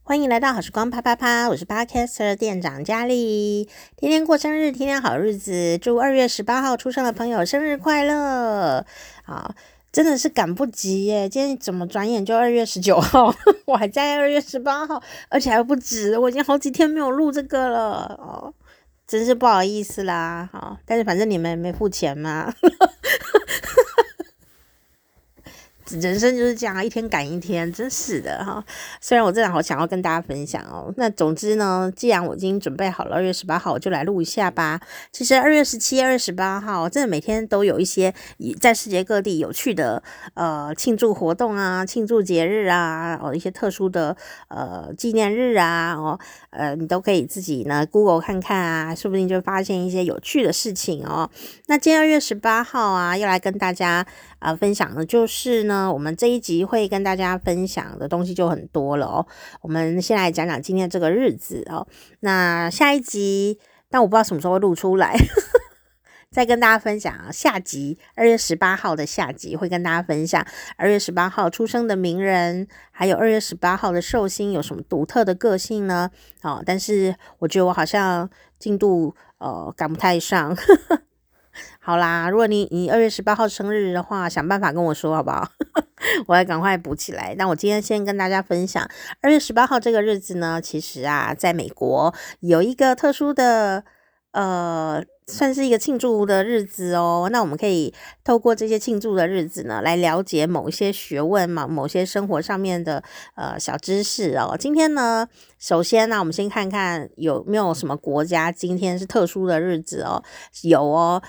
欢迎来到好时光啪啪啪，我是 Podcaster 店长佳丽。天天过生日，天天好日子，祝2月18号出生的朋友生日快乐！好，真的是赶不及耶，今天怎么转眼就2月19号我还在2月18号，而且还不止，我已经好几天没有录这个了哦，真是不好意思啦。好，但是反正你们没付钱嘛人生就是这样，一天赶一天，真是的哈。虽然我真的好想要跟大家分享哦，那总之呢，既然我已经准备好了2月18号，我就来录一下吧。其实2月17、2月18号，真的每天都有一些在世界各地有趣的庆祝活动啊、庆祝节日啊、一些特殊的纪念日啊你都可以自己呢 Google 看看啊，说不定就发现一些有趣的事情哦。那今天2月18号啊，要来跟大家分享的就是呢，我们这一集会跟大家分享的东西就很多了哦。我们先来讲讲今天这个日子哦。那下一集，但我不知道什么时候会录出来，再跟大家分享下集2月18号的下集会跟大家分享2月18号出生的名人，还有2月18号的寿星有什么独特的个性呢？但是我觉得我好像进度赶不太上。好啦，如果你2月18号生日的话，想办法跟我说好不好？我要赶快补起来。但我今天先跟大家分享2月18号这个日子呢，其实啊，在美国有一个特殊的算是一个庆祝的日子哦。那我们可以透过这些庆祝的日子呢，来了解某一些学问嘛，某些生活上面的小知识哦。今天呢，首先呢，我们先看看有没有什么国家今天是特殊的日子哦。有哦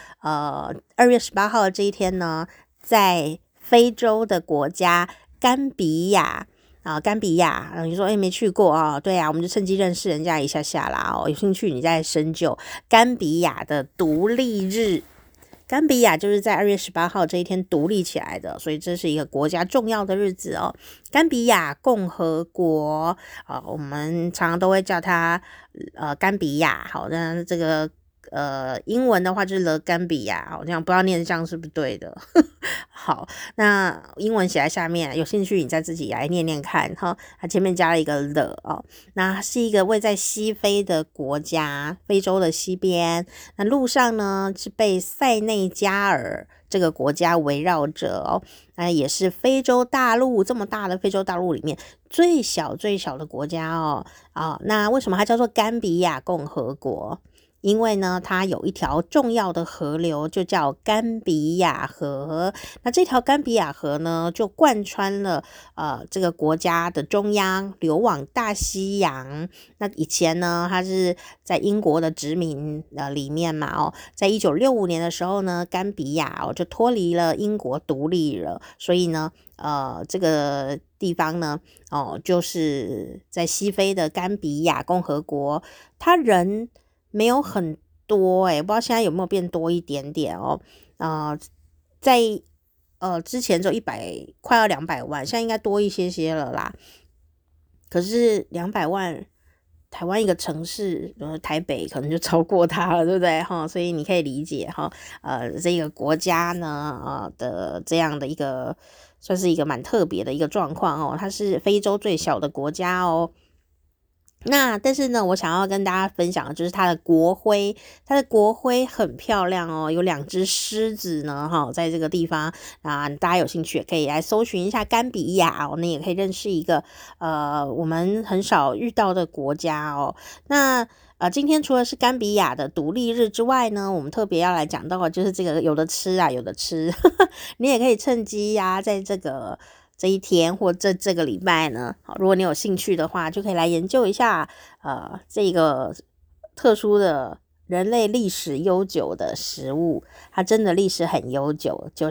，2月18号的这一天呢，在非洲的国家甘比亚甘比亚，你说没去过啊？对啊，我们就趁机认识人家一下下啦哦。有兴趣你再深究甘比亚的独立日。甘比亚就是在2月18号这一天独立起来的，所以这是一个国家重要的日子哦。甘比亚共和国我们常常都会叫它甘比亚。好，那这个英文的话就是 The Gambia， 好像不知道念这样是不是对的。好，那英文写在下面，有兴趣你再自己来念念看哈。它前面加了一个 the 哦，那是一个位在西非的国家，非洲的西边。那路上呢是被塞内加尔这个国家围绕着哦，那也是非洲大陆这么大的非洲大陆里面最小的国家哦。那为什么它叫做甘比亚共和国？因为呢，它有一条重要的河流，就叫甘比亚河。那这条甘比亚河呢，就贯穿了这个国家的中央，流往大西洋。那以前呢，它是在英国的殖民里面嘛在1965年的时候呢，甘比亚就脱离了英国独立了，所以呢，这个地方呢，就是在西非的甘比亚共和国，它人没有很多不知道现在有没有变多一点点哦。在之前就100快要200万，现在应该多一些了啦。可是200万，台湾一个城市，台北可能就超过它了，对不对哈？所以你可以理解哈，这个国家呢的这样的一个算是一个蛮特别的一个状况哦，它是非洲最小的国家哦。那但是呢，我想要跟大家分享的就是它的国徽，它的国徽很漂亮哦，有2只狮子呢在这个地方大家有兴趣也可以来搜寻一下甘比亚那也可以认识一个我们很少遇到的国家哦。那今天除了是甘比亚的独立日之外呢，我们特别要来讲到的就是这个有的吃你也可以趁机在这一天或这个礼拜呢，如果你有兴趣的话，就可以来研究一下这个特殊的人类历史悠久的食物。它真的历史很悠久，就是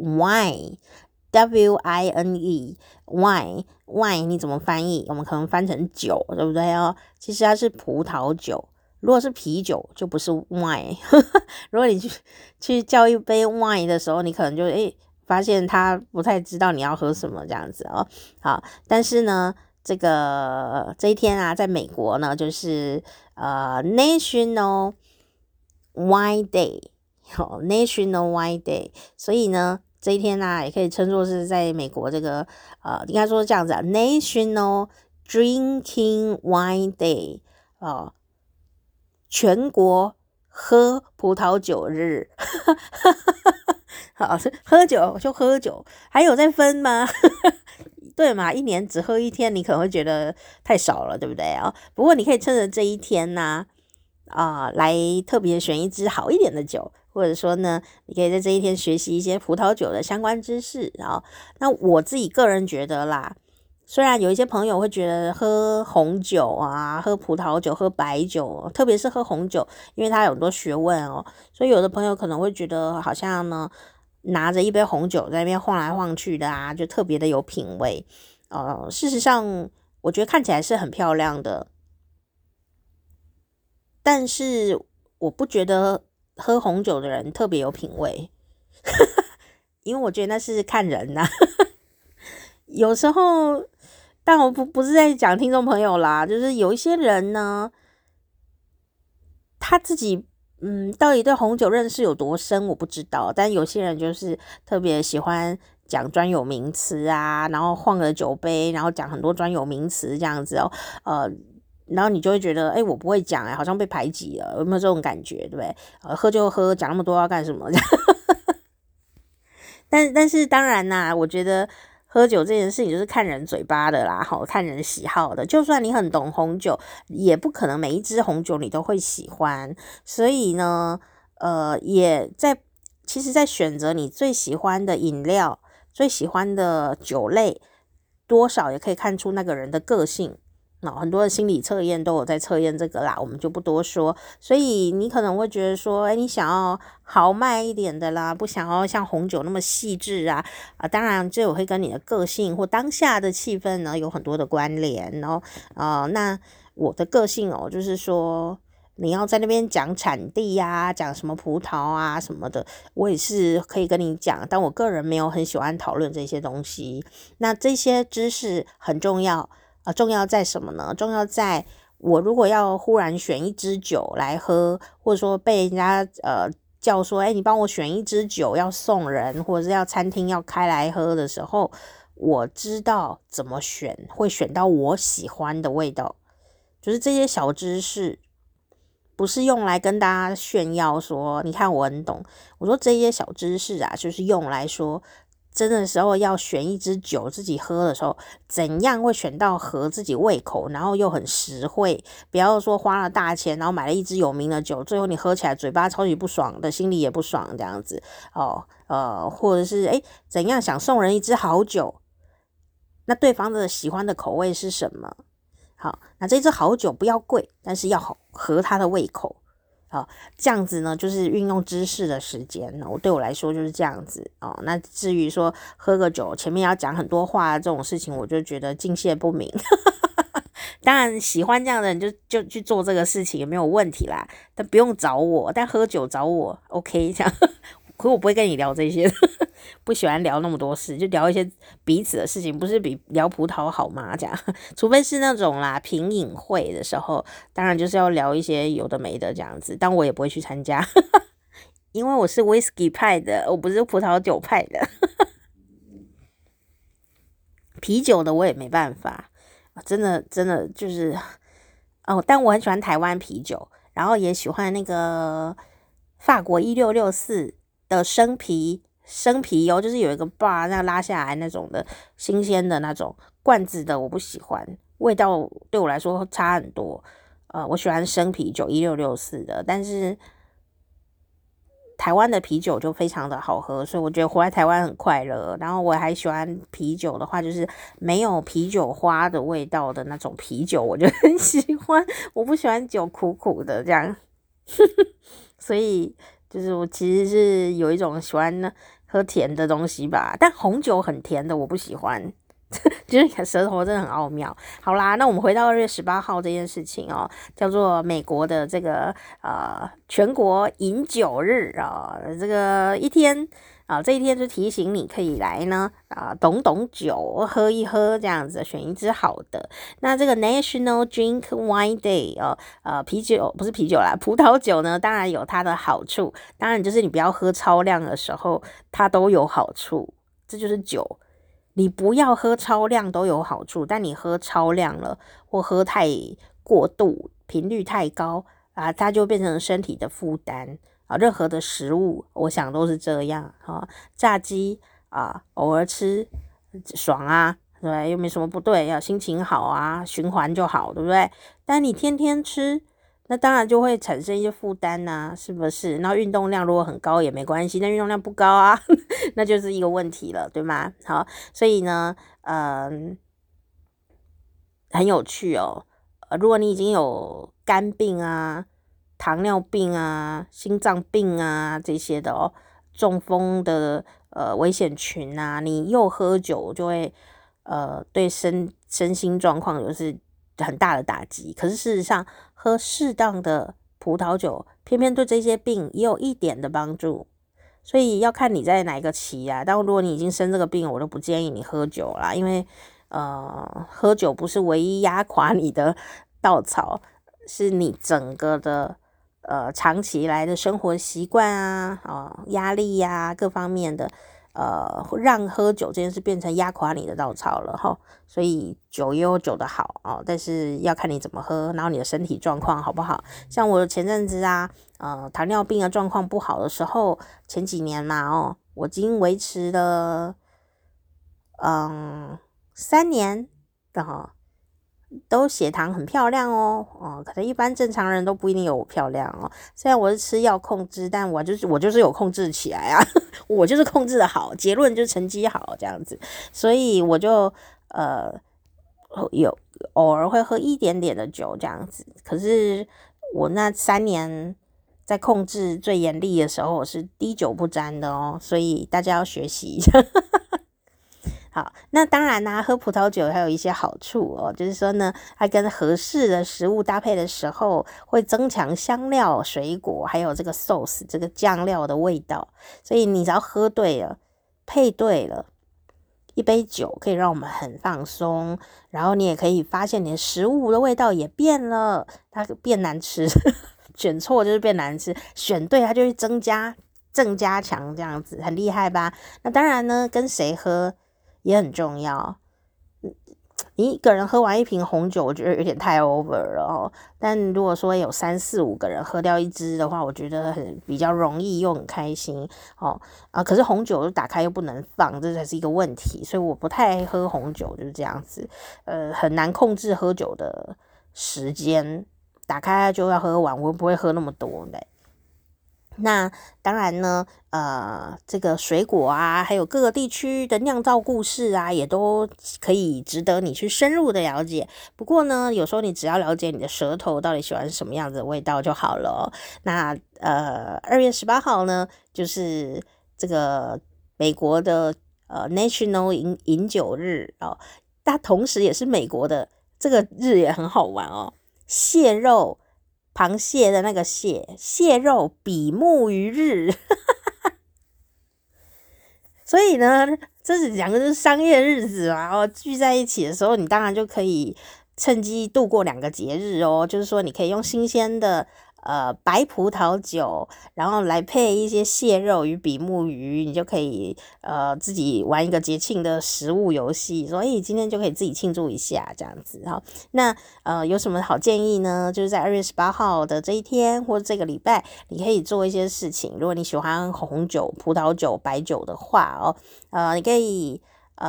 wine W-I-N-E wine 你怎么翻译？我们可能翻成酒，对不对哦？其实它是葡萄酒，如果是啤酒就不是 wine 如果你去叫一杯 wine 的时候，你可能就发现他不太知道你要喝什么这样子哦。好，但是呢，这一天在美国呢，就是National Wine Day National Wine Day， 所以呢，这一天也可以称作是在美国这个应该说这样子National Drinking Wine Day 全国喝葡萄酒日。好，喝酒就喝酒，还有在分吗？对嘛，一年只喝一天，你可能会觉得太少了，对不对啊？不过你可以趁着这一天呢，来特别选一支好一点的酒，或者说呢，你可以在这一天学习一些葡萄酒的相关知识。那我自己个人觉得啦，虽然有一些朋友会觉得喝红酒啊、喝葡萄酒、喝白酒，特别是喝红酒，因为它有很多学问哦，所以有的朋友可能会觉得好像呢，拿着一杯红酒在那边晃来晃去的啊，就特别的有品味。事实上，我觉得看起来是很漂亮的，但是我不觉得喝红酒的人特别有品味，因为我觉得那是看人呐、有时候，但我不是在讲听众朋友啦，就是有一些人呢，他自己到底对红酒认识有多深，我不知道。但有些人就是特别喜欢讲专有名词啊，然后晃个酒杯，然后讲很多专有名词这样子哦，然后你就会觉得，我不会讲，好像被排挤了，有没有这种感觉，对不对？喝就喝，讲那么多要干什么？但是当然啦，我觉得喝酒这件事情就是看人嘴巴的啦，看人喜好的。就算你很懂红酒，也不可能每一支红酒你都会喜欢。所以呢，其实在选择你最喜欢的饮料、最喜欢的酒类，多少也可以看出那个人的个性。很多的心理测验都有在测验这个啦，我们就不多说。所以你可能会觉得说，你想要豪迈一点的啦，不想要像红酒那么细致啊。当然这也会跟你的个性或当下的气氛呢有很多的关联。然后那我的个性就是说，你要在那边讲产地啊，讲什么葡萄啊什么的，我也是可以跟你讲，但我个人没有很喜欢讨论这些东西。那这些知识很重要。重要在什么呢？重要在我如果要忽然选一支酒来喝，或者说被人家叫说，你帮我选一支酒要送人，或者是要餐厅要开来喝的时候，我知道怎么选，会选到我喜欢的味道。就是这些小知识，不是用来跟大家炫耀说，你看我很懂。我说这些小知识啊，就是用来说。真的时候要选一支酒自己喝的时候，怎样会选到合自己胃口，然后又很实惠，不要说花了大钱，然后买了一支有名的酒，最后你喝起来嘴巴超级不爽的，心里也不爽这样子或者是怎样想送人一支好酒，那对方的喜欢的口味是什么？好，那这支好酒不要贵，但是要合他的胃口。这样子呢，就是运用知识的时间。对我来说就是这样子那至于说喝个酒，前面要讲很多话这种事情，我就觉得敬谢不明。当然喜欢这样的人就去做这个事情也没有问题啦，但不用找我，但喝酒找我 OK 这样。可我不会跟你聊这些，不喜欢聊那么多事，就聊一些彼此的事情，不是比聊葡萄好吗？这样，除非是那种啦品饮会的时候，当然就是要聊一些有的没的这样子，但我也不会去参加，因为我是 whisky 派的，我不是葡萄酒派的。啤酒的我也没办法，真的就是但我很喜欢台湾啤酒，然后也喜欢那个法国1664的生啤就是有一个 bar 那拉下来那种的新鲜的那种罐子的，我不喜欢，味道对我来说差很多。我喜欢生啤酒1664的，但是台湾的啤酒就非常的好喝，所以我觉得活在台湾很快乐。然后我还喜欢啤酒的话，就是没有啤酒花的味道的那种啤酒，我就很喜欢。我不喜欢酒苦苦的这样，所以就是我其实是有一种喜欢喝甜的东西吧，但红酒很甜的我不喜欢。就是舌头真的很奥妙。好啦，那我们回到2月18号这件事情叫做美国的这个全国饮酒日这个一天这一天就提醒你可以来呢懂酒，喝一喝这样子，选一支好的。那这个 National Drink Wine Day 啤酒不是啤酒啦，葡萄酒呢当然有它的好处，当然就是你不要喝超量的时候它都有好处，这就是酒。 你不要喝超量都有好处，但你喝超量了或喝太过度，频率太高啊，它就变成身体的负担啊。任何的食物我想都是这样啊，炸鸡啊偶尔吃爽啊，对不对？又没什么不对，要心情好啊，循环就好，对不对？但你天天吃，那当然就会产生一些负担呐，是不是？然后运动量如果很高也没关系，但运动量不高啊，那就是一个问题了，对吗？好，所以呢，很有趣哦。如果你已经有肝病啊、糖尿病啊、心脏病啊这些的哦，中风的危险群啊，你又喝酒就会对身心状况就是很大的打击。可是事实上，喝适当的葡萄酒，偏偏对这些病也有一点的帮助。所以要看你在哪一个期啊。但如果你已经生这个病，我都不建议你喝酒啦，因为喝酒不是唯一压垮你的稻草，是你整个的长期以来的生活习惯啊，压力呀、各方面的让喝酒这件事变成压垮你的稻草了哈。所以酒也有酒的好哦，但是要看你怎么喝，然后你的身体状况好不好。像我前阵子糖尿病的状况不好的时候，前几年嘛我已经维持了3年的都血糖很漂亮可能一般正常人都不一定有我漂亮哦。虽然我是吃药控制，但我就是有控制起来啊，我就是控制的好，结论就是成绩好这样子，所以我就有偶尔会喝一点点的酒这样子。可是我那3年在控制最严厉的时候，我是滴酒不沾的哦，所以大家要学习一下。好，那当然啦，喝葡萄酒还有一些好处哦，就是说呢，它跟合适的食物搭配的时候，会增强香料、水果还有这个 sauce 这个酱料的味道。所以你只要喝对了，配对了，一杯酒可以让我们很放松，然后你也可以发现你的食物的味道也变了，它变难吃。选错就是变难吃，选对它就会正加强这样子，很厉害吧？那当然呢，跟谁喝也很重要。你一个人喝完一瓶红酒，我觉得有点太 over 了哦。但如果说有3、4、5个人喝掉一支的话，我觉得比较容易又很开心哦。可是红酒打开又不能放，这才是一个问题，所以我不太喝红酒，就是这样子。很难控制喝酒的时间，打开就要喝完，我不会喝那么多的。那当然呢，这个水果啊，还有各个地区的酿造故事啊，也都可以值得你去深入的了解。不过呢，有时候你只要了解你的舌头到底喜欢什么样子的味道就好了哦。那2月18号呢，就是这个美国的National 饮酒日哦，它同时也是美国的这个日也很好玩哦，蟹肉。螃蟹的那个蟹肉比目鱼日。所以呢，这是2个就是商业日子嘛，聚在一起的时候，你当然就可以趁机度过2个节日哦。就是说，你可以用新鲜的白葡萄酒，然后来配一些蟹肉与比目鱼，你就可以自己玩一个节庆的食物游戏，所以今天就可以自己庆祝一下这样子哈。那有什么好建议呢？就是在2月18号的这一天或者这个礼拜，你可以做一些事情。如果你喜欢红酒、葡萄酒、白酒的话你可以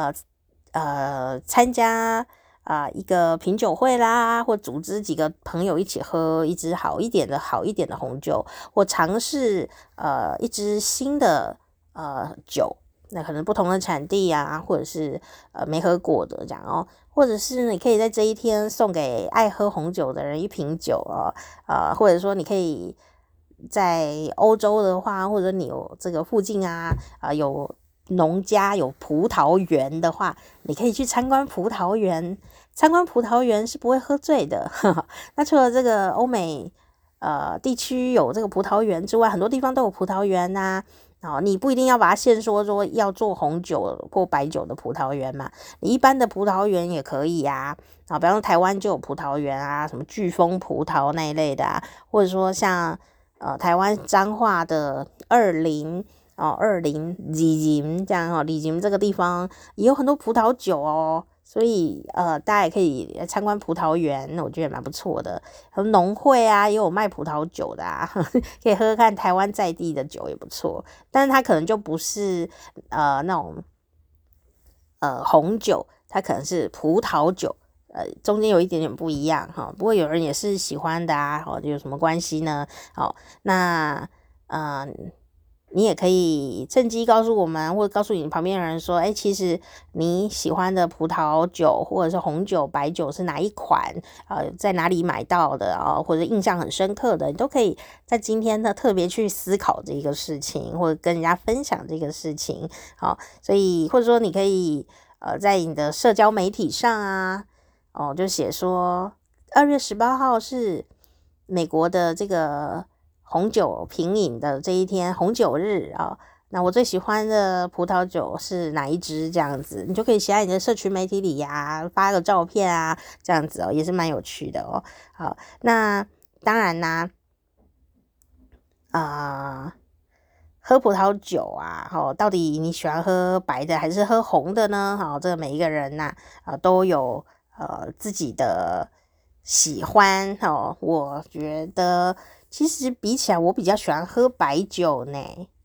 参加一个品酒会啦，或组织几个朋友一起喝一支好一点的红酒，或尝试一支新的酒，那可能不同的产地啊，或者是没喝过的这样哦，或者是你可以在这一天送给爱喝红酒的人1瓶酒或者说你可以在欧洲的话，或者你有这个附近有农家有葡萄园的话，你可以去参观葡萄园。参观葡萄园是不会喝醉的。那除了这个欧美地区有这个葡萄园之外，很多地方都有葡萄园你不一定要把它限说要做红酒或白酒的葡萄园嘛，你一般的葡萄园也可以比方说台湾就有葡萄园什么巨峰葡萄那一类的或者说像台湾彰化的20 李仁这样李仁这个地方也有很多葡萄酒哦，所以大家也可以参观葡萄园，我觉得也蛮不错的。还有农会啊，也有卖葡萄酒的啊，可以喝喝看台湾在地的酒也不错，但是它可能就不是那种红酒，它可能是葡萄酒。中间有一点点不一样不过有人也是喜欢的啊，有什么关系呢？那你也可以趁机告诉我们，或者告诉你旁边的人说，其实你喜欢的葡萄酒或者是红酒、白酒是哪一款？在哪里买到的或者印象很深刻的，你都可以在今天呢特别去思考这个事情，或者跟人家分享这个事情。所以或者说你可以在你的社交媒体上啊。就写说2月18号是美国的这个红酒品饮的这一天，红酒日那我最喜欢的葡萄酒是哪一支？这样子你就可以写在你的社群媒体里呀，发个照片啊，这样子也是蛮有趣的好，那当然啦喝葡萄酒啊到底你喜欢喝白的还是喝红的呢？这个每一个人都有自己的喜欢我觉得其实比起来我比较喜欢喝白酒呢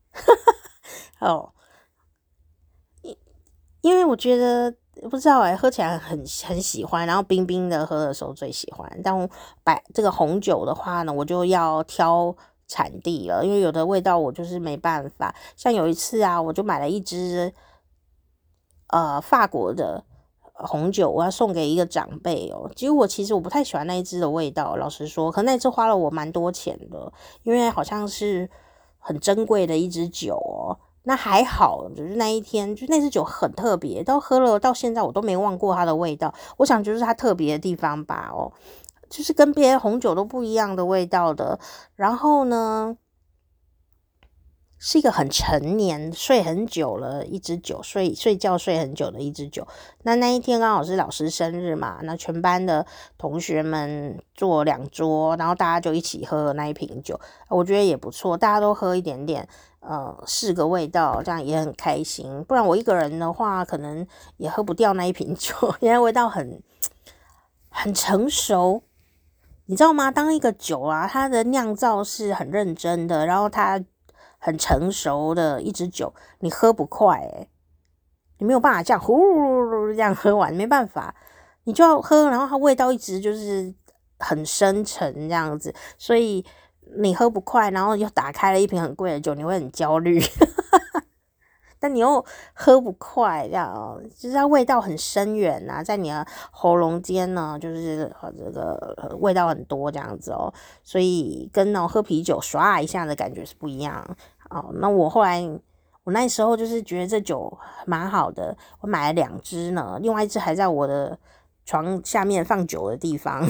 因为我觉得不知道喝起来很喜欢，然后冰冰的喝的时候最喜欢。但这个红酒的话呢，我就要挑产地了，因为有的味道我就是没办法。像有一次我就买了一支法国的红酒，我要送给一个长辈结果其实我不太喜欢那一支的味道，老实说，可能那一支花了我蛮多钱的，因为好像是很珍贵的一支酒那还好，就是那一天就那支酒很特别，喝了到现在我都没忘过它的味道。我想就是它特别的地方吧就是跟别的红酒都不一样的味道的。然后呢是一个很陈年睡很久了一支酒，睡觉睡很久的一支酒。那一天刚好是老师生日嘛，那全班的同学们坐2桌，然后大家就一起喝那一瓶酒，我觉得也不错，大家都喝一点点试个味道，这样也很开心。不然我一个人的话可能也喝不掉那一瓶酒，因为味道很成熟，你知道吗？当一个酒它的酿造是很认真的，然后它很成熟的一支酒，你喝不快你没有办法这样呼这样喝完，没办法，你就要喝，然后它味道一直就是很深沉这样子，所以你喝不快，然后又打开了一瓶很贵的酒，你会很焦虑但你又喝不快，这样就是它味道很深远在你的喉咙间呢，就是这个味道很多这样子所以跟那种喝啤酒唰一下的感觉是不一样那我那时候就是觉得这酒蛮好的，我买了2支呢，另外一支还在我的床下面放酒的地方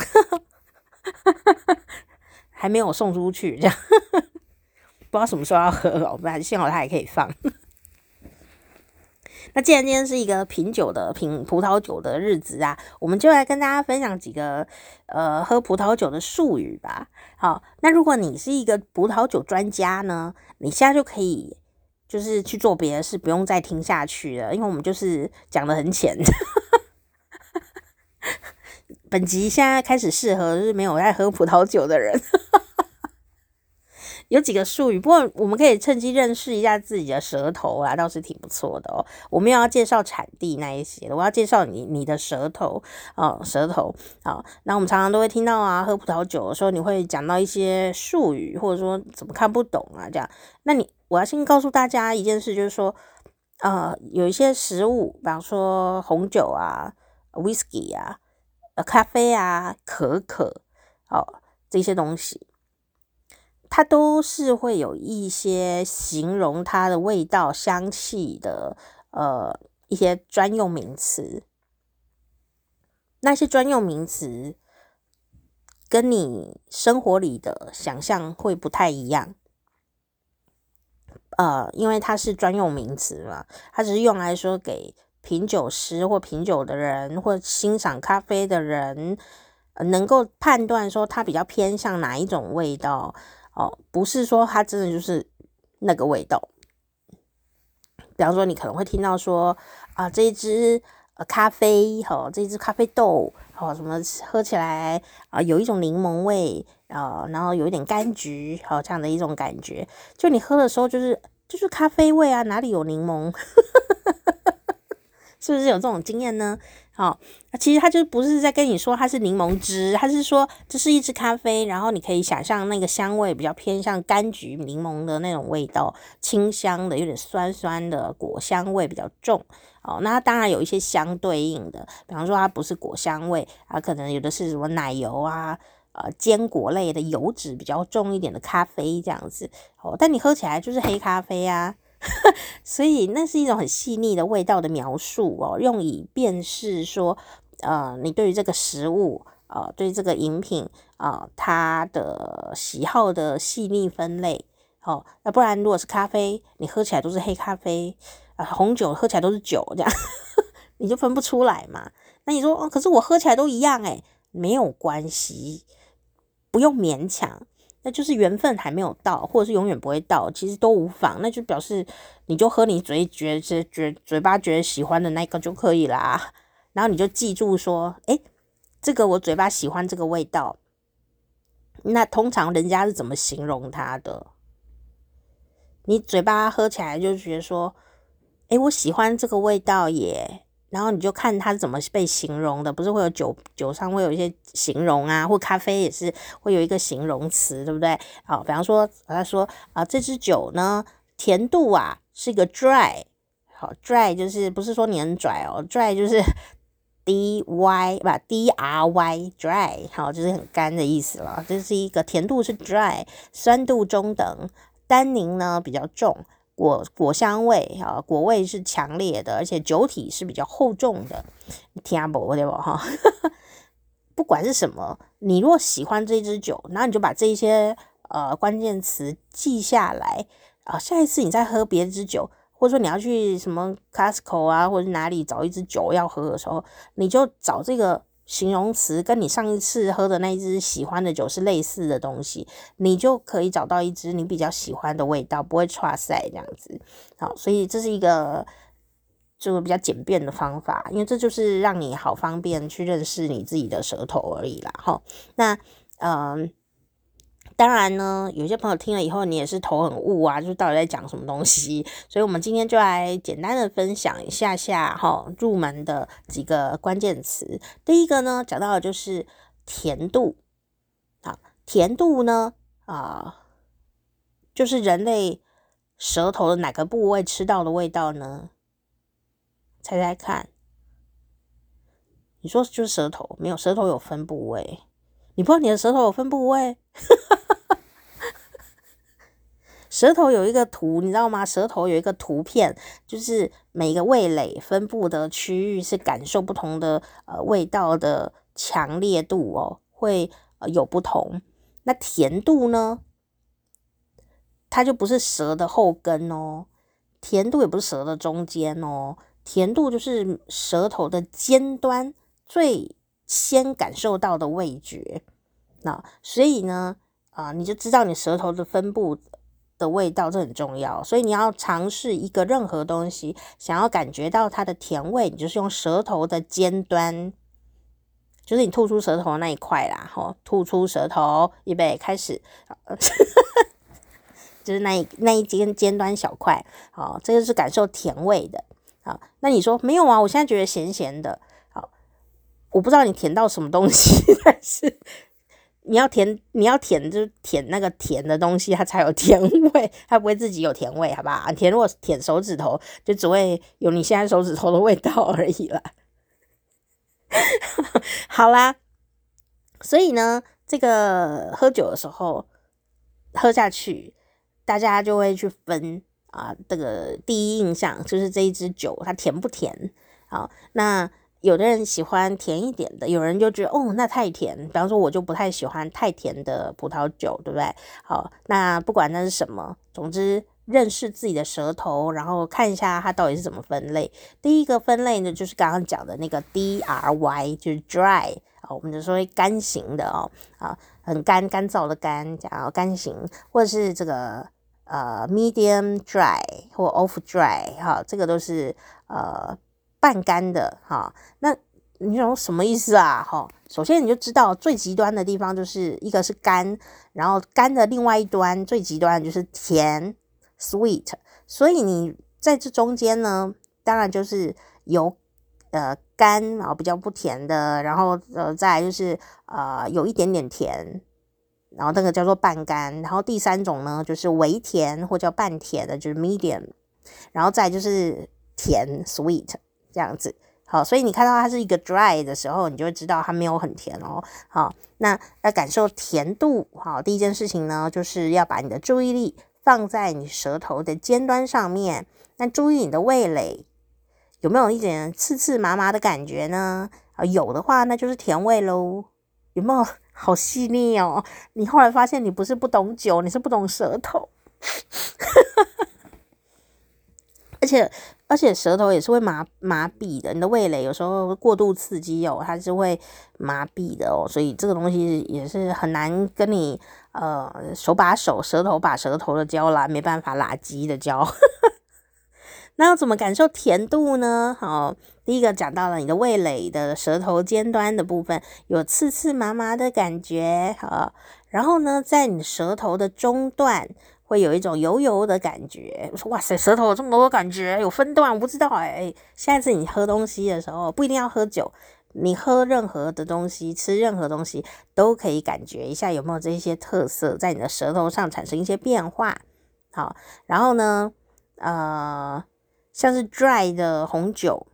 还没有送出去，这样不知道什么时候要喝幸好它还可以放那既然今天是一个品葡萄酒的日子我们就来跟大家分享几个喝葡萄酒的术语吧。好，那如果你是一个葡萄酒专家呢，你现在就可以就是去做别的事，不用再听下去了，因为我们就是讲得很浅本集现在开始适合就是没有在喝葡萄酒的人有几个术语，不过我们可以趁机认识一下自己的舌头倒是挺不错的我没有要介绍产地那一些的，我要介绍你的舌头舌头那我们常常都会听到喝葡萄酒的时候，你会讲到一些术语，或者说怎么看不懂这样。那我要先告诉大家一件事，就是说有一些食物，比方说红酒whisky 咖啡可可这些东西，它都是会有一些形容它的味道香气的一些专用名词。那些专用名词跟你生活里的想象会不太一样因为它是专用名词嘛，它只是用来说给品酒师或品酒的人或欣赏咖啡的人能够判断说它比较偏向哪一种味道不是说它真的就是那个味道比方说你可能会听到说这一支咖啡这一支咖啡豆什么喝起来有一种柠檬味然后有一点柑橘这样的一种感觉，就你喝的时候就是咖啡味啊，哪里有柠檬是不是有这种经验呢？其实它就不是在跟你说它是柠檬汁，它是说这是一支咖啡，然后你可以想象那个香味比较偏向柑橘柠檬的那种味道，清香的，有点酸酸的，果香味比较重。那它当然有一些相对应的，比方说它不是果香味可能有的是什么奶油坚果类的油脂比较重一点的咖啡这样子但你喝起来就是黑咖啡啊所以那是一种很细腻的味道的描述用以辨识说你对于这个食物对这个饮品它的喜好的细腻分类那不然如果是咖啡你喝起来都是黑咖啡红酒喝起来都是酒这样你就分不出来嘛。那你说可是我喝起来都一样没有关系，不用勉强，那就是缘分还没有到，或者是永远不会到，其实都无妨，那就表示你就喝你嘴巴觉得喜欢的那个就可以啦。然后你就记住说这个我嘴巴喜欢这个味道，那通常人家是怎么形容它的，你嘴巴喝起来就觉得说我喜欢这个味道耶，然后你就看它怎么被形容的，不是会有酒上会有一些形容或咖啡也是会有一个形容词，对不对？比方说他说这支酒呢甜度是一个 dry， dry 就是不是说你很拽dry 就是 dy 吧 dry dry 就是很干的意思了，这是一个甜度是 dry， 酸度中等，单宁呢比较重，果香味果味是强烈的，而且酒体是比较厚重的，听不对吧不管是什么，你如果喜欢这支酒，然后你就把这一些关键词记下来下一次你再喝别支酒，或者说你要去什么 Costco 或者哪里找一支酒要喝的时候，你就找这个形容词跟你上一次喝的那一支喜欢的酒是类似的东西，你就可以找到一支你比较喜欢的味道，不会剉赛这样子。所以这是一个就比较简便的方法，因为这就是让你好方便去认识你自己的舌头而已啦那当然呢，有些朋友听了以后你也是头很雾就是到底在讲什么东西，所以我们今天就来简单的分享一下入门的几个关键词。第一个呢讲到的就是甜度甜度呢就是人类舌头的哪个部位吃到的味道呢？猜猜看。你说就是舌头，没有，舌头有分部位，你不知道你的舌头有分部位舌头有一个图，你知道吗？舌头有一个图片，就是每个味蕾分布的区域是感受不同的味道的强烈度会有不同。那甜度呢？它就不是舌的后根甜度也不是舌的中间甜度就是舌头的尖端最先感受到的味觉。所以呢你就知道你舌头的分布的味道，这很重要。所以你要尝试一个任何东西，想要感觉到它的甜味，你就是用舌頭的尖端，就是你吐出舌头那一块啦吐出舌头，预备开始就是那一尖端小块这个是感受甜味的那你说没有我现在觉得咸咸的我不知道你甜到什么东西但是你要甜就是舔那个甜的东西，它才有甜味，它不会自己有甜味，好不好？甜如果舔手指头，就只会有你现在手指头的味道而已啦。好啦，所以呢，这个喝酒的时候喝下去，大家就会去分这个第一印象就是这一支酒它甜不甜那有的人喜欢甜一点的，有人就觉得那太甜，比方说我就不太喜欢太甜的葡萄酒，对不对？那不管那是什么，总之认识自己的舌頭，然后看一下它到底是怎么分类。第一个分类呢，就是刚刚讲的那个 DRY， 就是 dry 我们就说干型的很干燥的干，讲干型，或者是这个 medium dry 或 off dry 哈，这个都是半干的哈。那你说什么意思啊？哈，首先你就知道最极端的地方就是一个是干，然后干的另外一端最极端的就是甜 sweet， 所以你在这中间呢，当然就是有干比较不甜的，然后再来就是有一点点甜，然后那个叫做半干，然后第三种呢就是微甜或叫半甜的，就是 medium， 然后再来就是甜 sweet 这样子。好，所以你看到它是一个 dry 的时候，你就会知道它没有很甜哦。好，那要感受甜度，好，第一件事情呢，就是要把你的注意力放在你舌头的尖端上面，那注意你的味蕾有没有一点刺刺麻麻的感觉呢？有的话，那就是甜味咯。有没有好细腻哦？你后来发现你不是不懂酒，你是不懂舌头。而且舌头也是会麻痹的，你的味蕾有时候过度刺激哦，它是会麻痹的哦，所以这个东西也是很难跟你手把手，舌头把舌头的教啦，没办法拉鸡的教。那要怎么感受甜度呢？好，第一个讲到了你的味蕾的舌头尖端的部分有刺刺麻麻的感觉，好，然后呢，在你舌头的中段会有一种油油的感觉。我说哇塞，舌头有这么多感觉，有分段，我不知道下一次你喝东西的时候，不一定要喝酒，你喝任何的东西，吃任何东西，都可以感觉一下有没有这些特色在你的舌头上产生一些变化。好，然后呢，像是 dry 的红酒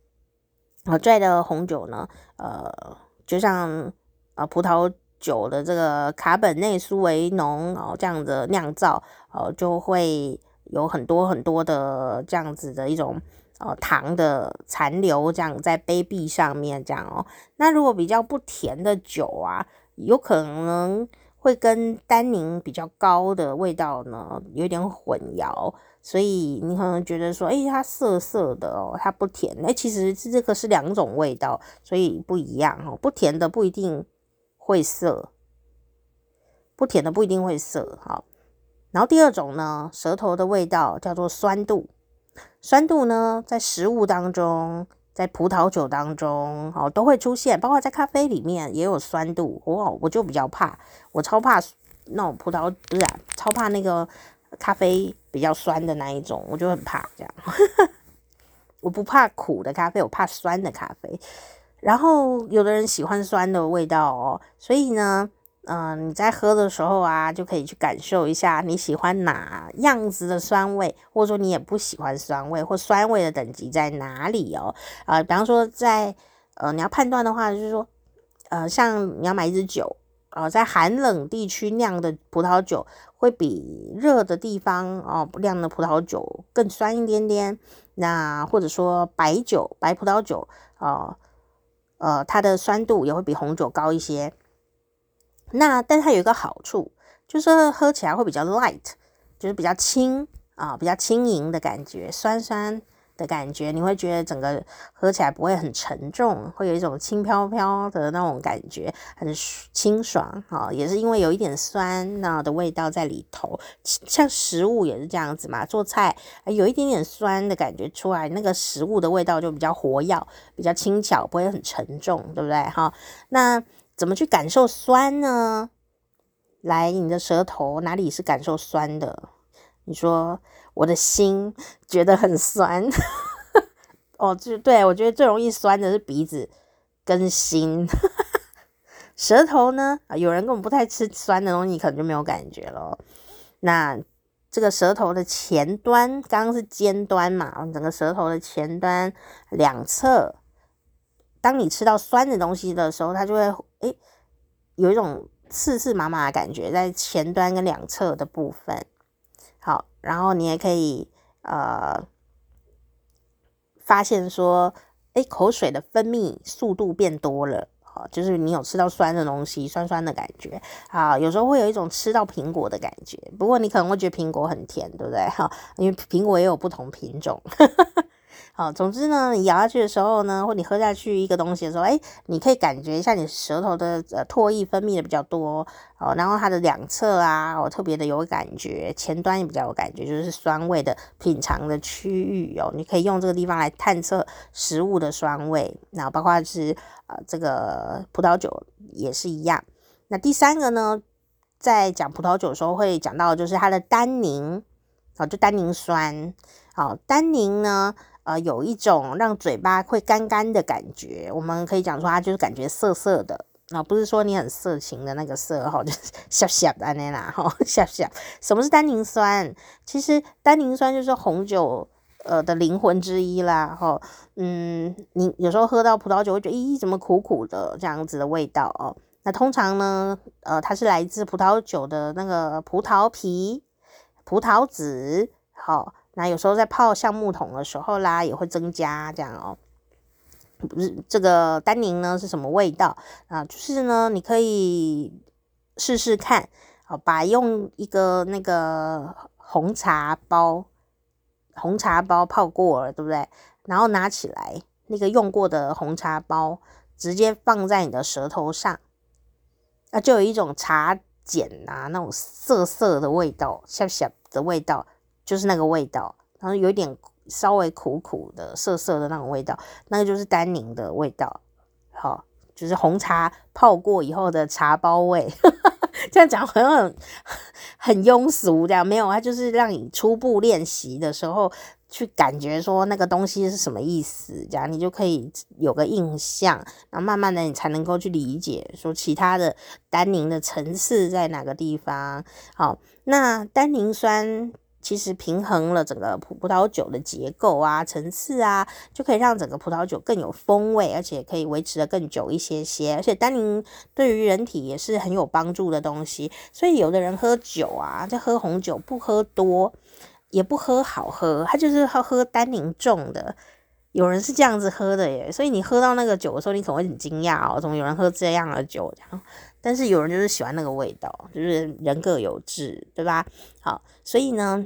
，dry 的红酒呢，就像葡萄酒的这个卡本内苏维浓这样的酿造就会有很多很多的这样子的一种糖的残留，这样在杯壁上面这样哦。那如果比较不甜的酒啊，有可能会跟单宁比较高的味道呢有点混淆。所以你可能觉得说它涩涩的哦，它不甜，其实这个是两种味道，所以不一样哦。不甜的不一定会涩，不甜的不一定会涩。好，然后第二种呢，舌头的味道叫做酸度。酸度呢，在食物当中，在葡萄酒当中都会出现，包括在咖啡里面也有酸度。我就比较怕，我超怕那种葡萄，不是超怕那个咖啡比较酸的那一种，我就很怕这样。我不怕苦的咖啡，我怕酸的咖啡。然后有的人喜欢酸的味道哦，所以呢你在喝的时候啊，就可以去感受一下你喜欢哪样子的酸味，或者说你也不喜欢酸味，或酸味的等级在哪里哦。比方说在你要判断的话，就是说像你要买一支酒在寒冷地区酿的葡萄酒会比热的地方酿的葡萄酒更酸一点点。那或者说白葡萄酒它的酸度也会比红酒高一些。但它有一个好处，就是喝起来会比较 light， 就是比较轻比较轻盈的感觉，酸酸的感觉，你会觉得整个喝起来不会很沉重，会有一种轻飘飘的那种感觉，很清爽也是因为有一点酸的味道在里头。像食物也是这样子嘛，做菜有一点点酸的感觉出来，那个食物的味道就比较活跃，比较轻巧，不会很沉重，对不对那怎么去感受酸呢？来，你的舌头哪里是感受酸的？你说我的心觉得很酸。对，我觉得最容易酸的是鼻子跟心。舌头呢有人根本不太吃酸的东西，可能就没有感觉了。那这个舌头的前端，刚刚是尖端嘛，整个舌头的前端两侧，当你吃到酸的东西的时候，它就会有一种刺刺麻麻的感觉在前端跟两侧的部分。好，然后你也可以发现说口水的分泌速度变多了，就是你有吃到酸的东西，酸酸的感觉有时候会有一种吃到苹果的感觉，不过你可能会觉得苹果很甜，对不对因为苹果也有不同品种。 好，总之呢，你咬下去的时候呢，或你喝下去一个东西的时候，你可以感觉一下你舌头的唾液分泌的比较多然后它的两侧啊，特别的有感觉，前端也比较有感觉，就是酸味的品尝的区域你可以用这个地方来探测食物的酸味，然后包括是这个葡萄酒也是一样。那第三个呢，在讲葡萄酒的时候会讲到就是它的单宁就单宁酸单宁呢有一种让嘴巴会干干的感觉，我们可以讲说它就是感觉涩涩的不是说你很色情的那个色就是涩涩的那啦涩涩。什么是单宁酸？其实单宁酸就是红酒的灵魂之一啦你有时候喝到葡萄酒会觉得咦怎么苦苦的这样子的味道那通常呢它是来自葡萄酒的那个葡萄皮、葡萄籽那有时候在泡橡木桶的时候啦也会增加这样不是这个单宁呢是什么味道就是呢你可以试试看用一个那个红茶包泡过了对不对，然后拿起来那个用过的红茶包直接放在你的舌头上就有一种茶碱那种涩涩的味道，涩涩的味道，就是那个味道，然后有一点稍微苦苦的涩涩的那种味道，那个就是单宁的味道就是红茶泡过以后的茶包味这样讲好像很庸俗这样，没有，它就是让你初步练习的时候去感觉说那个东西是什么意思，这样你就可以有个印象，然后慢慢的你才能够去理解说其他的单宁的层次在哪个地方那单宁酸其实平衡了整个葡萄酒的结构层次就可以让整个葡萄酒更有风味，而且可以维持得更久一些些，而且单宁对于人体也是很有帮助的东西，所以有的人喝酒在喝红酒不喝多也不喝好喝，他就是喝单宁重的，有人是这样子喝的耶，所以你喝到那个酒的时候你可能会很惊讶怎么有人喝这样的酒这样，但是有人就是喜欢那个味道，就是人各有志对吧。好，所以呢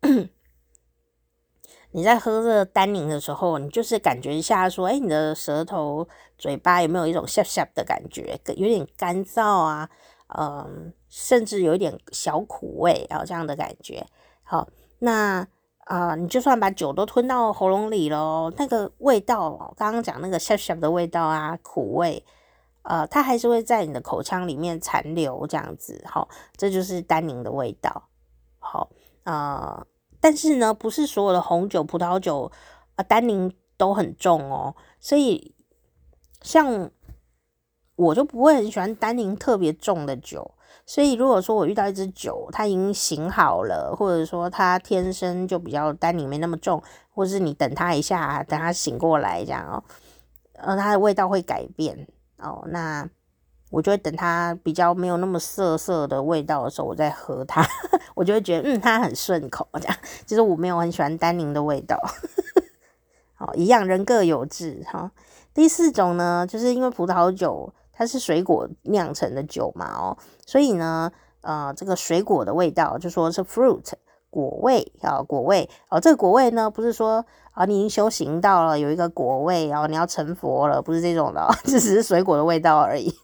你在喝这个单宁的时候，你就是感觉一下说你的舌头嘴巴有没有一种涩涩的感觉，有点干燥甚至有一点小苦味这样的感觉。好，那你就算把酒都吞到喉咙里咯，那个味道刚刚讲那个涩涩的味道苦味它还是会在你的口腔里面残留这样子这就是单宁的味道。好但是呢不是所有的红酒、葡萄酒单宁都很重所以像我就不会很喜欢单宁特别重的酒，所以如果说我遇到一支酒它已经醒好了，或者说它天生就比较单宁没那么重，或是你等它一下，等它醒过来这样它的味道会改变那我就会等它比较没有那么涩涩的味道的时候我再喝它我就会觉得它很顺口这样，其实我没有很喜欢单宁的味道一样人各有志第四种呢，就是因为葡萄酒它是水果酿成的酒嘛所以呢这个水果的味道就说是 fruit 果味果味这个果味呢不是说你已经修行到了有一个果味你要成佛了，不是这种的这只是水果的味道而已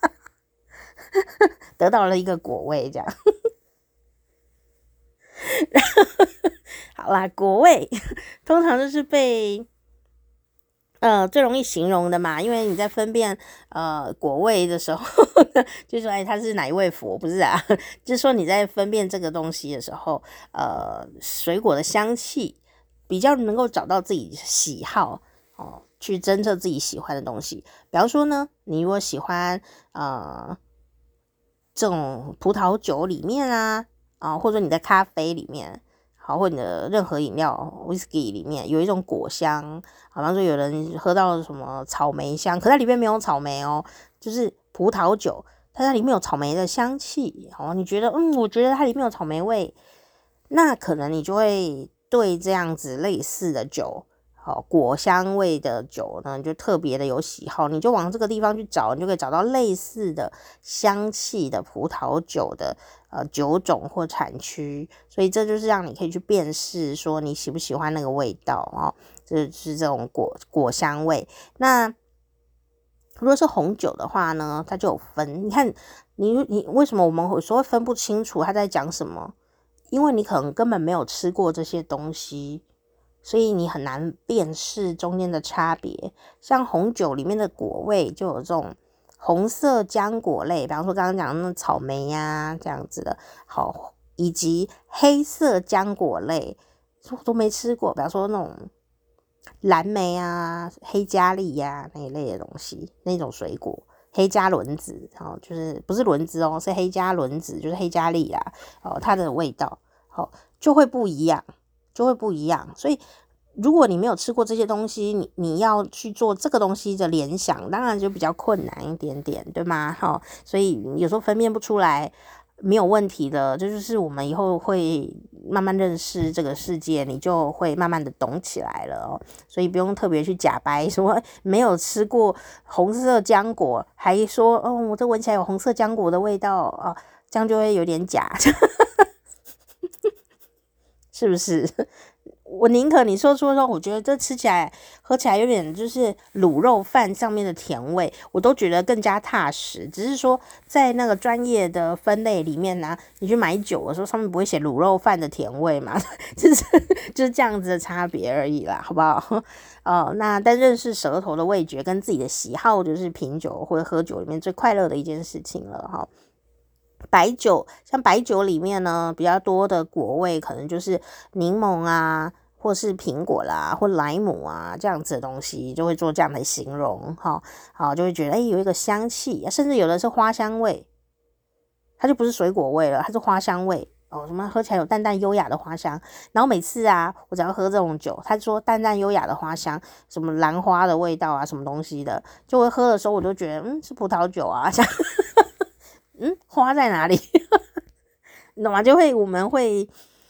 得到了一个果味这样好啦，果味通常就是被最容易形容的嘛，因为你在分辨果味的时候就说它是哪一位佛，不是就是说你在分辨这个东西的时候水果的香气比较能够找到自己喜好去侦测自己喜欢的东西。比方说呢，你如果喜欢这种葡萄酒里面或者你的咖啡里面或者你的任何饮料 whisky 里面有一种果香，好像说有人喝到什么草莓香，可它里面没有草莓就是葡萄酒它里面有草莓的香气你觉得我觉得它里面有草莓味，那可能你就会对这样子类似的酒果香味的酒呢就特别的有喜好，你就往这个地方去找，你就可以找到类似的香气的葡萄酒的酒种或产区，所以这就是让你可以去辨识说你喜不喜欢那个味道就是这种果香味。那如果是红酒的话呢，它就有分。你看，你为什么我们有时候会分不清楚他在讲什么？因为你可能根本没有吃过这些东西，所以你很难辨识中间的差别。像红酒里面的果味就有这种红色浆果类，比方说刚刚讲的那草莓呀这样子的，好，以及黑色浆果类，我都没吃过，比方说那种蓝莓啊、黑加利呀那一类的东西，那种水果。黑加仑子，就是不是轮子哦，是黑加仑子，就是黑加利啦，它的味道，就会不一样，所以如果你没有吃过这些东西，你要去做这个东西的联想，当然就比较困难一点点，对吗？所以有时候分辨不出来没有问题的，这就是我们以后会慢慢认识这个世界，你就会慢慢的懂起来了哦。所以不用特别去假掰说没有吃过红色浆果，还说我这闻起来有红色浆果的味道啊，这样就会有点假，是不是？我宁可你说我觉得这吃起来喝起来有点就是卤肉饭上面的甜味，我都觉得更加踏实。只是说在那个专业的分类里面呢，你去买酒的时候上面不会写卤肉饭的甜味嘛，就是这样子的差别而已啦，好不好？那但认识舌头的味觉跟自己的喜好，就是品酒或者喝酒里面最快乐的一件事情了哈。白酒，像白酒里面呢比较多的果味可能就是柠檬啊，或是苹果啦，或莱姆啊这样子的东西，就会做这样的形容，好，就会觉得有一个香气，甚至有的是花香味，它就不是水果味了，它是花香味什么喝起来有淡淡优雅的花香。然后每次啊，我只要喝这种酒，他说淡淡优雅的花香，什么兰花的味道啊，什么东西的，就会喝的时候我就觉得是葡萄酒啊，这样花在哪里？你懂吗？我们会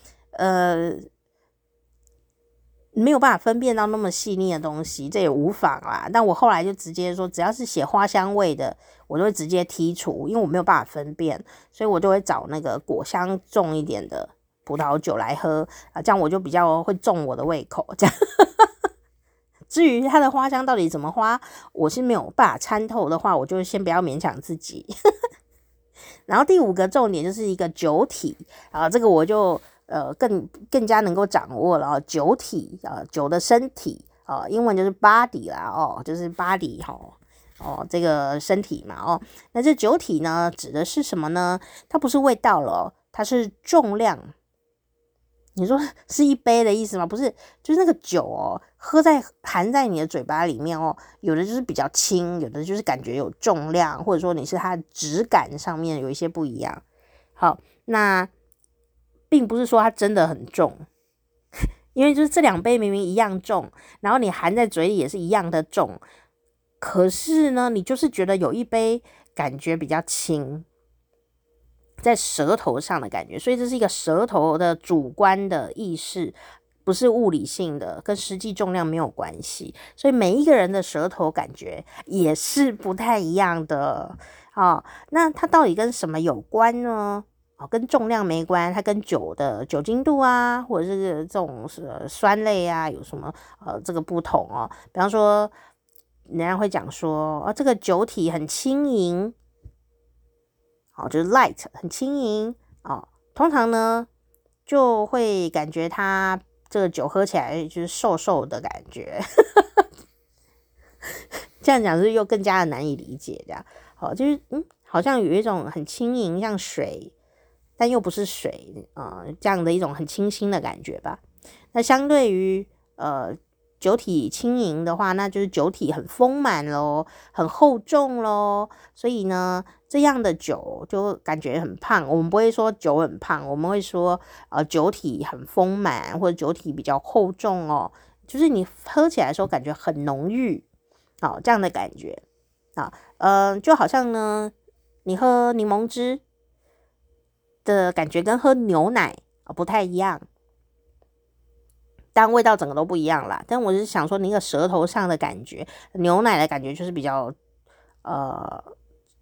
没有办法分辨到那么细腻的东西，这也无妨啦。但我后来就直接说，只要是写花香味的，我就会直接剔除，因为我没有办法分辨，所以我就会找那个果香重一点的葡萄酒来喝啊，这样我就比较会中我的胃口。这样，至于它的花香到底怎么花，我是没有办法参透的话，我就先不要勉强自己。然后第5个重点就是一个酒体这个我就更加能够掌握了酒体酒的身体英文就是 body 啦就是 body 这个身体嘛那这酒体呢指的是什么呢？它不是味道了它是重量。你说是一杯的意思吗？不是，就是那个酒含在你的嘴巴里面有的就是比较轻，有的就是感觉有重量，或者说你是它的质感上面有一些不一样。好，那并不是说它真的很重，因为就是这2杯明明一样重，然后你含在嘴里也是一样的重，可是呢，你就是觉得有一杯感觉比较轻。在舌头上的感觉，所以这是一个舌头的主观的意识，不是物理性的，跟实际重量没有关系。所以每一个人的舌头感觉也是不太一样的那它到底跟什么有关呢？跟重量没关，它跟酒的酒精度啊，或者是这种酸类啊，有什么这个不同比方说，人家会讲说这个酒体很轻盈。就是 light 很轻盈通常呢就会感觉它这个酒喝起来就是瘦瘦的感觉这样讲是又更加的难以理解这样就是好像有一种很轻盈像水但又不是水这样的一种很清新的感觉吧。那相对于酒体轻盈的话，那就是酒体很丰满咯，很厚重咯。所以呢这样的酒就感觉很胖，我们不会说酒很胖，我们会说酒体很丰满，或者酒体比较厚重就是你喝起来的时候感觉很浓郁这样的感觉就好像呢你喝柠檬汁的感觉跟喝牛奶不太一样，当然味道整个都不一样啦，但我是想说那个舌头上的感觉，牛奶的感觉就是比较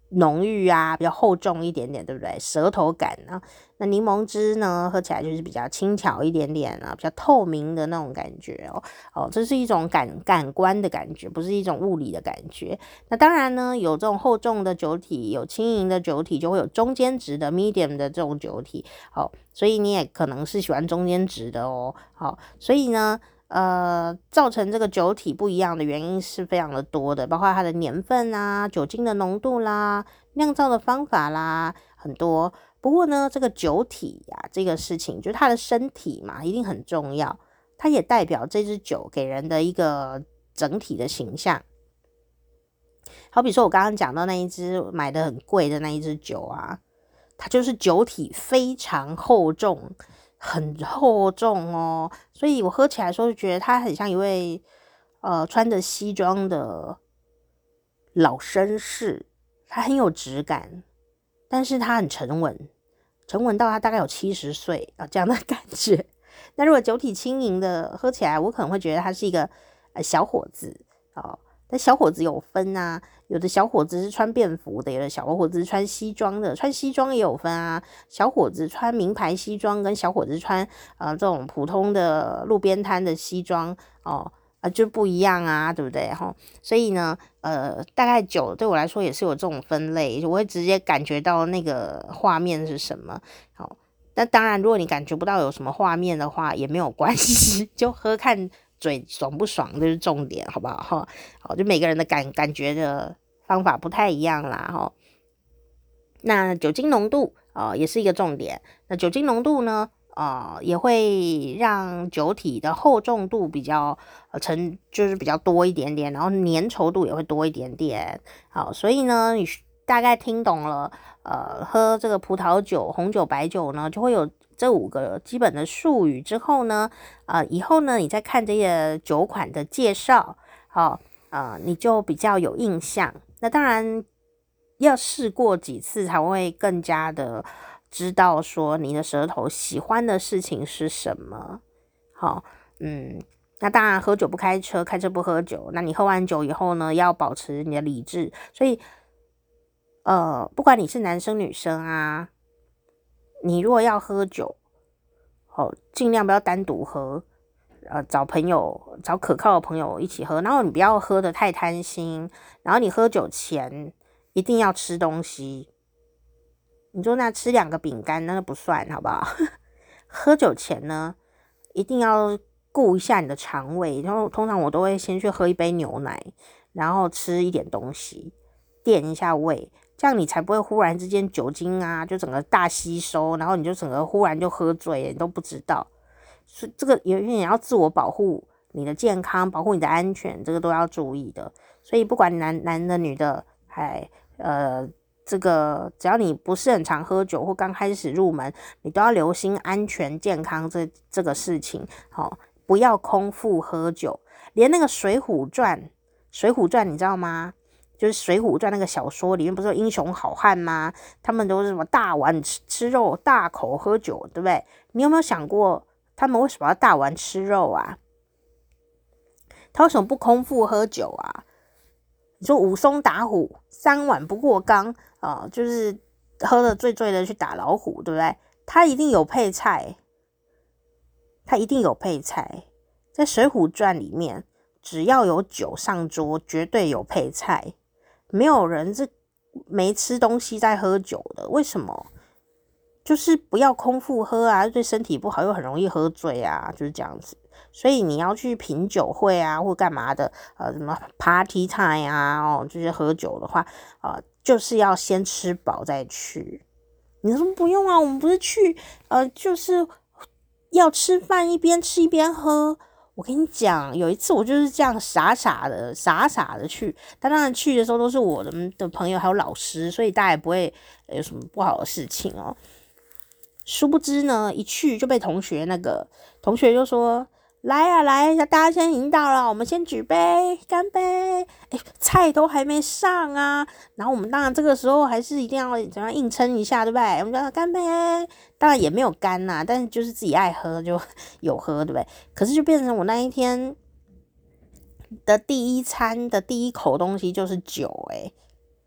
浓郁啊，比较厚重一点点，对不对？舌头感啊，那柠檬汁呢，喝起来就是比较轻巧一点点啊，比较透明的那种感觉这是一种感官的感觉，不是一种物理的感觉。那当然呢，有这种厚重的酒体，有轻盈的酒体，就会有中间值的 medium 的这种酒体，所以你也可能是喜欢中间值的所以呢。造成这个酒体不一样的原因是非常的多的，包括它的年份啊、酒精的浓度啦、酿造的方法啦，很多。不过呢，这个酒体这个事情，就是它的身体嘛，一定很重要。它也代表这支酒给人的一个整体的形象。好比说，我刚刚讲到那一支买的很贵的那一支酒啊，它就是酒体非常厚重。很厚重所以我喝起来的时候就觉得它很像一位穿着西装的老绅士，他很有质感，但是他很沉稳到他大概有70岁这样的感觉。那如果酒体轻盈的喝起来，我可能会觉得他是一个小伙子但小伙子有分啊，有的小伙子是穿便服的，有的小伙子是穿西装的，穿西装也有分啊。小伙子穿名牌西装跟小伙子穿这种普通的路边摊的西装就不一样啊，对不对所以呢大概酒对我来说也是有这种分类，我会直接感觉到那个画面是什么那当然如果你感觉不到有什么画面的话也没有关系，就喝看嘴爽不爽，这是重点，好不好就每个人的感觉的方法不太一样啦那酒精浓度也是一个重点。那酒精浓度呢也会让酒体的厚重度比较就是比较多一点点，然后粘稠度也会多一点点。所以呢你大概听懂了喝这个葡萄酒、红酒、白酒呢就会有这5个基本的术语之后呢以后呢你再看这些酒款的介绍你就比较有印象。那当然要试过几次才会更加的知道说你的舌头喜欢的事情是什么那当然喝酒不开车，开车不喝酒。那你喝完酒以后呢要保持你的理智，所以不管你是男生女生啊，你如果要喝酒尽量不要单独喝找朋友，找可靠的朋友一起喝，然后你不要喝得太贪心，然后你喝酒前一定要吃东西。你说那吃2个饼干那不算好不好喝酒前呢一定要顾一下你的肠胃，然后通常我都会先去喝一杯牛奶，然后吃一点东西垫一下胃，这样你才不会忽然之间酒精就整个大吸收，然后你就整个忽然就喝醉了，你都不知道。所以这个有点要自我保护你的健康，保护你的安全，这个都要注意的。所以不管男的女的这个只要你不是很常喝酒或刚开始入门，你都要留心安全健康这个事情不要空腹喝酒。连那个水浒传你知道吗？就是水浒传那个小说里面不是有英雄好汉吗？他们都是什么大碗吃肉，大口喝酒，对不对？你有没有想过他们为什么要大碗吃肉啊？他为什么不空腹喝酒啊？你说武松打虎3碗不过冈就是喝了醉醉的去打老虎，对不对？他一定有配菜，在水浒传里面只要有酒上桌绝对有配菜，没有人是没吃东西在喝酒的。为什么？就是不要空腹喝对身体不好，又很容易喝醉就是这样子。所以你要去品酒会或干嘛的什么 party time 就是喝酒的话就是要先吃饱再去。你说不用我们不是去就是要吃饭一边吃一边喝。我跟你讲，有一次我就是这样傻傻的去，当然去的时候都是我的朋友还有老师，所以大家也不会有什么不好的事情殊不知呢，一去就被同学就说来大家先已经到了，我们先举杯干杯。菜都还没上然后我们当然这个时候还是一定要怎样硬撑一下，对不对？我们就要干杯，当然也没有干但是就是自己爱喝就有喝，对不对？可是就变成我那一天的第一餐的第一口东西就是酒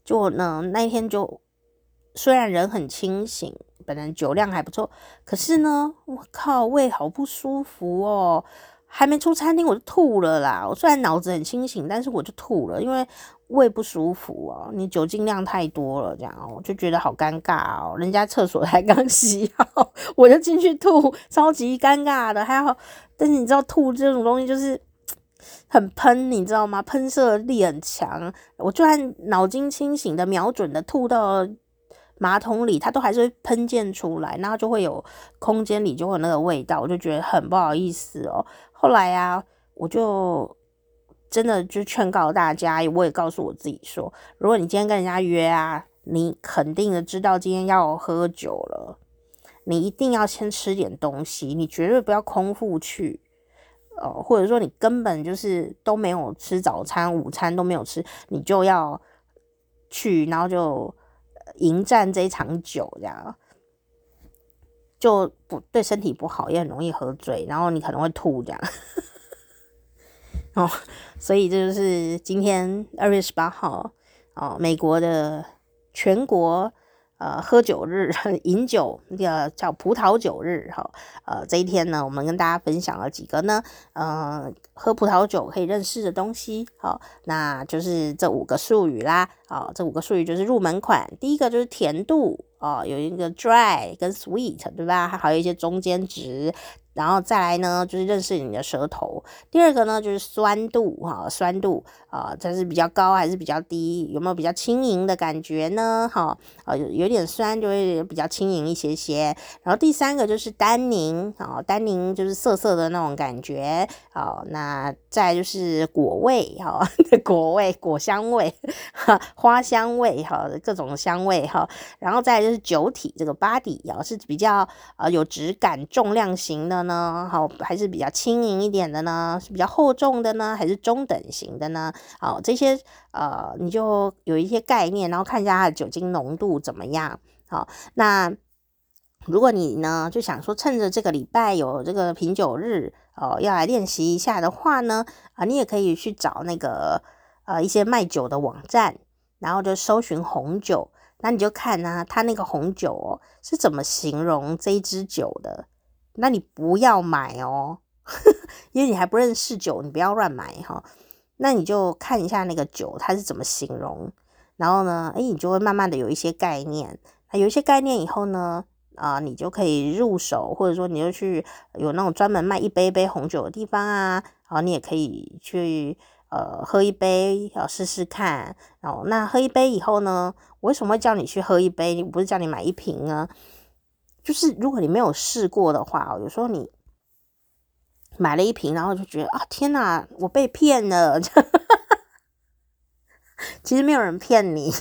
就呢那一天就虽然人很清醒，本来酒量还不错，可是呢我靠胃好不舒服哦，还没出餐厅我就吐了啦。我虽然脑子很清醒，但是我就吐了，因为胃不舒服哦，你酒精量太多了，这样我就觉得好尴尬哦。人家厕所才刚洗好，我就进去吐，超级尴尬的。还好，但是你知道吐这种东西就是很喷，你知道吗？喷射力很强。我就算脑筋清醒的、瞄准的吐到马桶里，它都还是会喷溅出来，然后就会有空间里就会有那个味道，我就觉得很不好意思哦。后来啊，我就真的就劝告大家，我也告诉我自己说，如果你今天跟人家约啊，你肯定的知道今天要喝酒了，你一定要先吃点东西，你绝对不要空腹去。或者说你根本就是都没有吃早餐、午餐都没有吃，你就要去，然后就迎战这一场酒，这样就不对身体不好，也很容易喝醉，然后你可能会吐这样。所以这就是今天2月18号美国的全国喝酒日，饮酒那个叫葡萄酒日这一天呢，我们跟大家分享了几个呢喝葡萄酒可以认识的东西。那就是这5个术语啦。这5个术语就是入门款。第一个就是甜度有一个 dry 跟 sweet， 对吧？还有一些中间值。然后再来呢，就是认识你的舌头。第二个呢，就是酸度酸度这是比较高还是比较低？有没有比较轻盈的感觉呢？有点酸就会比较轻盈一些些。然后第三个就是单宁单宁就是涩涩的那种感觉。那再来就是果味果味、果香味、花香味各种香味然后再来就是酒体这个 body 是比较有质感、重量型的呢，还是比较轻盈一点的呢？是比较厚重的呢，还是中等型的呢？这些你就有一些概念，然后看一下它的酒精浓度怎么样。那如果你呢就想说趁着这个礼拜有这个品酒日要来练习一下的话呢你也可以去找那个一些卖酒的网站，然后就搜寻红酒，那你就看它那个红酒是怎么形容这一支酒的。那你不要买因为你还不认识酒，你不要乱买那你就看一下那个酒它是怎么形容，然后呢你就会慢慢的有一些概念。有一些概念以后呢你就可以入手，或者说你就去有那种专门卖一杯杯红酒的地方你也可以去喝一杯试试看。那喝一杯以后呢，我为什么会叫你去喝一杯，不是叫你买一瓶呢？就是如果你没有试过的话有时候你买了一瓶，然后就觉得天哪，我被骗了。其实没有人骗你。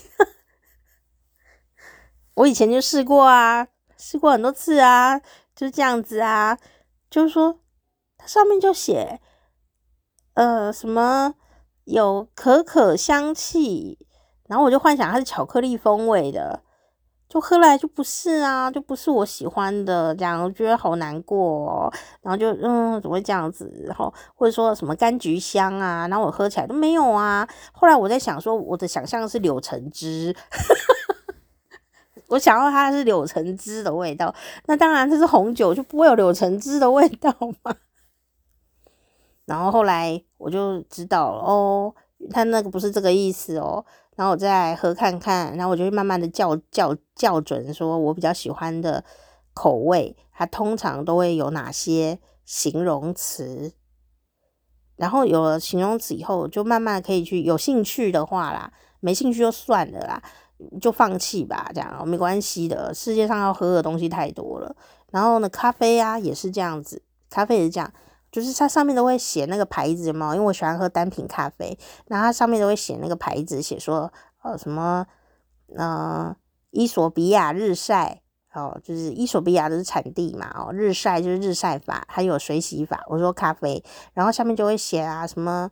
我以前就试过试过很多次就是这样子就是说它上面就写什么有可可香气，然后我就幻想它是巧克力风味的，就喝来就不是就不是我喜欢的，这样我觉得好难过然后就怎么会这样子，然后或者说什么柑橘香然后我喝起来都没有后来我在想说我的想象是柳橙汁。我想要它是柳橙汁的味道，那当然这是红酒就不会有柳橙汁的味道嘛。然后后来我就知道了它那个不是这个意思然后我再来喝看看，然后我就会慢慢的校准说我比较喜欢的口味它通常都会有哪些形容词，然后有了形容词以后就慢慢可以去，有兴趣的话啦，没兴趣就算了啦，就放弃吧，这样没关系的，世界上要喝的东西太多了。然后呢咖啡也是这样子，咖啡也是这样，就是它上面都会写那个牌子嘛，因为我喜欢喝单品咖啡，然后它上面都会写那个牌子，写说什么伊索比亚日晒就是伊索比亚的是产地嘛日晒就是日晒法，还有水洗法。我说咖啡，然后下面就会写什么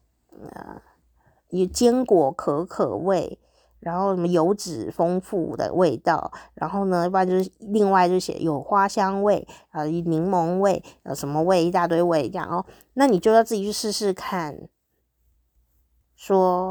有坚果可可味，然后什么油脂丰富的味道，然后呢，不然就是另外就写有花香味柠檬味什么味，一大堆味这样那你就要自己去试试看，说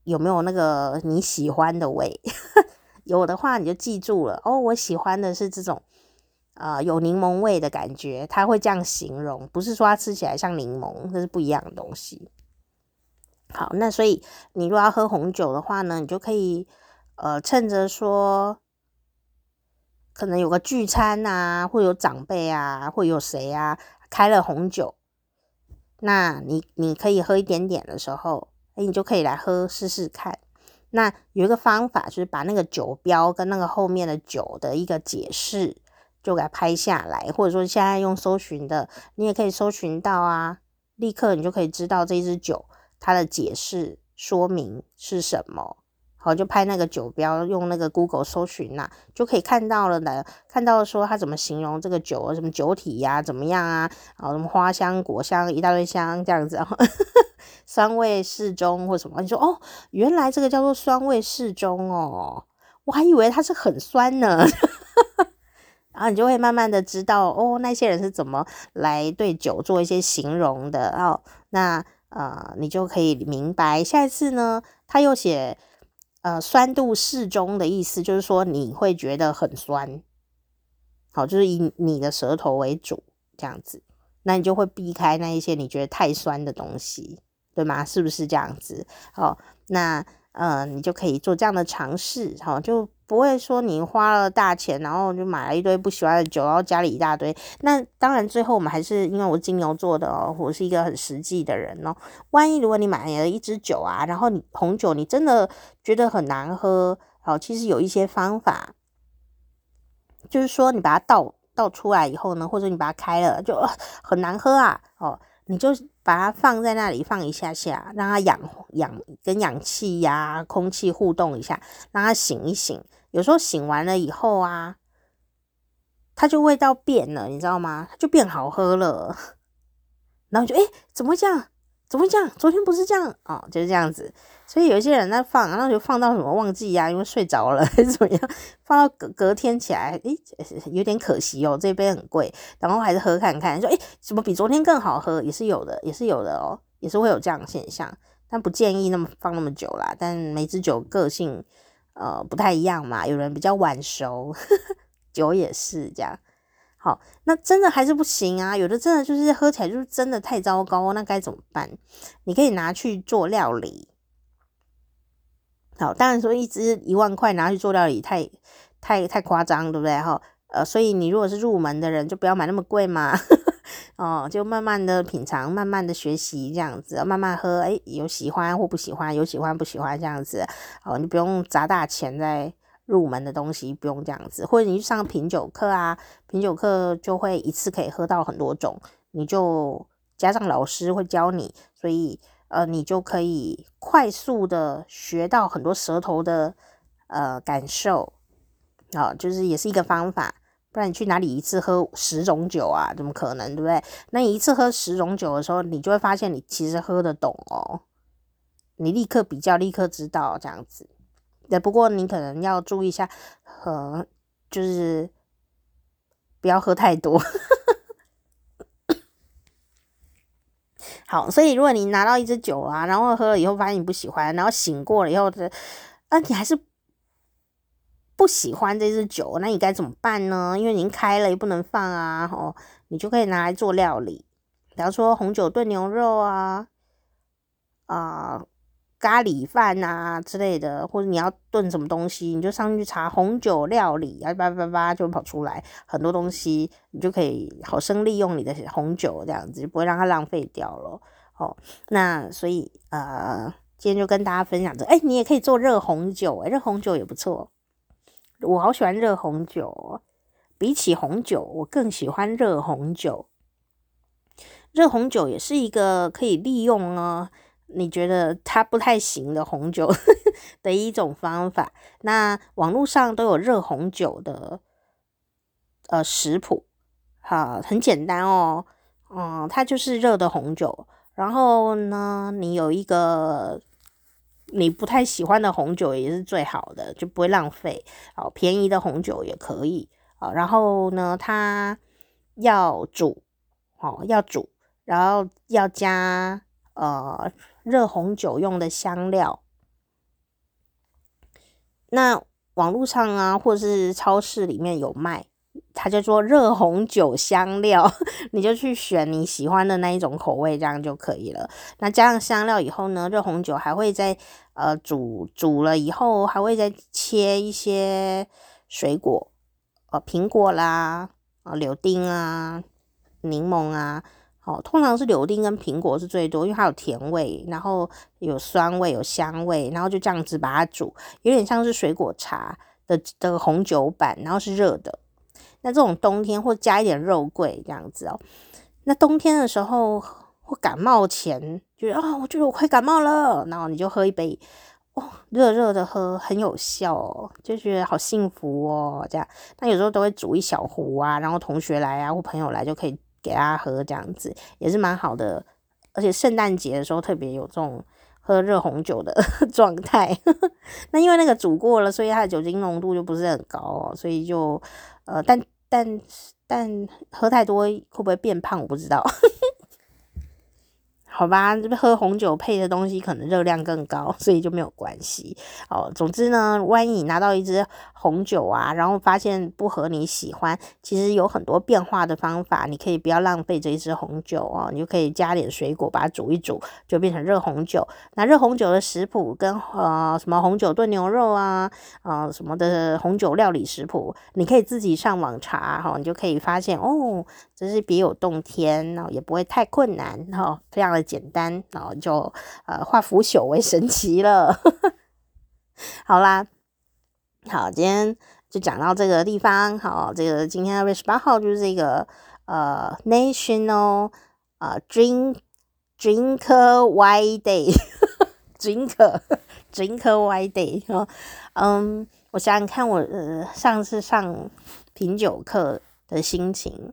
有没有那个你喜欢的味。有的话你就记住了哦，我喜欢的是这种有柠檬味的感觉，他会这样形容，不是说它吃起来像柠檬，这是不一样的东西。好，那所以你如果要喝红酒的话呢，你就可以趁着说可能有个聚餐啊，或有长辈啊，或有谁啊开了红酒，那你可以喝一点点的时候，你就可以来喝试试看。那有一个方法就是把那个酒标跟那个后面的酒的一个解释就给它拍下来，或者说现在用搜寻的你也可以搜寻到啊，立刻你就可以知道这支酒它的解释说明是什么。好，就拍那个酒标，用那个 Google 搜寻啊，就可以看到了的，看到说它怎么形容这个酒，什么酒体呀、怎么样啊，什么花香、果香，一大堆香这样子酸味适中或什么，你说哦，原来这个叫做酸味适中哦，我还以为它是很酸呢。然后你就会慢慢的知道哦，那些人是怎么来对酒做一些形容的哦。那你就可以明白，下一次呢，他又写酸度适中的意思，就是说你会觉得很酸，好，就是以你的舌头为主这样子，那你就会避开那一些你觉得太酸的东西，对吗？是不是这样子？好，那你就可以做这样的尝试，好，就不会说你花了大钱，然后就买了一堆不喜欢的酒，然后家里一大堆。那当然，最后我们还是因为我金牛座的哦，我是一个很实际的人哦。万一如果你买了一支酒啊，然后你红酒你真的觉得很难喝，好，其实有一些方法，就是说你把它倒出来以后呢，或者你把它开了就很难喝啊，哦，你就把它放在那里放一下下，让它跟氧气呀、空气互动一下，让它醒一醒。有时候醒完了以后啊，它就味道变了，你知道吗？它就变好喝了。然后就怎么会这样？怎么会这样？昨天不是这样哦，就是这样子。所以有一些人在放，然后就放到什么忘记呀，因为睡着了还是怎么样，放到隔天起来，有点可惜哦，这杯很贵，然后还是喝看看，说怎么比昨天更好喝，也是有的，也是有的哦，也是会有这样的现象，但不建议放那么久啦。但每支酒个性不太一样嘛，有人比较晚熟，酒也是这样。好，那真的还是不行啊，有的真的就是喝起来就是真的太糟糕，那该怎么办？你可以拿去做料理。好，当然说一支10000块拿去做料理太夸张，对不对？所以你如果是入门的人，就不要买那么贵嘛。就慢慢的品尝，慢慢的学习这样子，慢慢喝，有喜欢或不喜欢，有喜欢不喜欢这样子。你不用砸大钱在入门的东西，不用这样子，或者你去上品酒课啊，品酒课就会一次可以喝到很多种，你就加上老师会教你，所以你就可以快速的学到很多舌头的感受，就是也是一个方法。不然你去哪里一次喝10种酒啊？怎么可能，对不对？那你一次喝10种酒的时候，你就会发现你其实喝得懂哦，你立刻比较，立刻知道这样子。不过你可能要注意一下，就是不要喝太多。好，所以如果你拿到一支酒啊，然后喝了以后发现你不喜欢，然后醒过了以后你还是不喜欢这支酒，那你该怎么办呢？因为你已经开了，也不能放啊。你就可以拿来做料理，比方说红酒炖牛肉啊，咖喱饭啊之类的，或者你要炖什么东西，你就上去查红酒料理，叭就会跑出来很多东西，你就可以好生利用你的红酒，这样子就不会让它浪费掉了。那所以今天就跟大家分享这你也可以做热红酒，热红酒也不错，我好喜欢热红酒比起红酒，我更喜欢热红酒。热红酒也是一个可以利用你觉得它不太行的红酒的一种方法。那网络上都有热红酒的食谱，很简单哦。它就是热的红酒，然后呢，你有一个你不太喜欢的红酒也是最好的，就不会浪费。便宜的红酒也可以。然后呢，它要煮，然后要加热红酒用的香料， 那网络上啊，或者是超市里面有卖，它叫做热红酒香料，你就去选你喜欢的那一种口味，这样就可以了。那加上香料以后呢，热红酒还会在煮了以后，还会再切一些水果，苹果啦，柳丁啊，柠檬啊。通常是柳丁跟苹果是最多，因为它有甜味，然后有酸味，有香味，然后就这样子把它煮，有点像是水果茶的红酒版，然后是热的。那这种冬天或加一点肉桂这样子哦。那冬天的时候或感冒前，觉得我觉得我快感冒了，然后你就喝一杯，热热的喝很有效哦，就觉得好幸福哦。这样，那有时候都会煮一小壶啊，然后同学来啊或朋友来就可以给他喝，这样子也是蛮好的。而且圣诞节的时候特別有这种喝热红酒的状态。那因为那个煮过了，所以它的酒精浓度就不是很高哦，所以就但喝太多会不会变胖我不知道。好吧，喝红酒配的东西可能热量更高，所以就没有关系。总之呢，万一你拿到一支红酒啊，然后发现不合你喜欢，其实有很多变化的方法，你可以不要浪费这一支红酒哦，你就可以加点水果把它煮一煮，就变成热红酒。那热红酒的食谱跟什么红酒炖牛肉啊，什么的红酒料理食谱，你可以自己上网查你就可以发现这是别有洞天，然后也不会太困难，非常的简单，然后就化腐朽为神奇了。好啦，好，今天就讲到这个地方。好，这个今天2月18号就是这个National Drinker White Day Drinker White Day 我想想看我上次上品酒课的心情。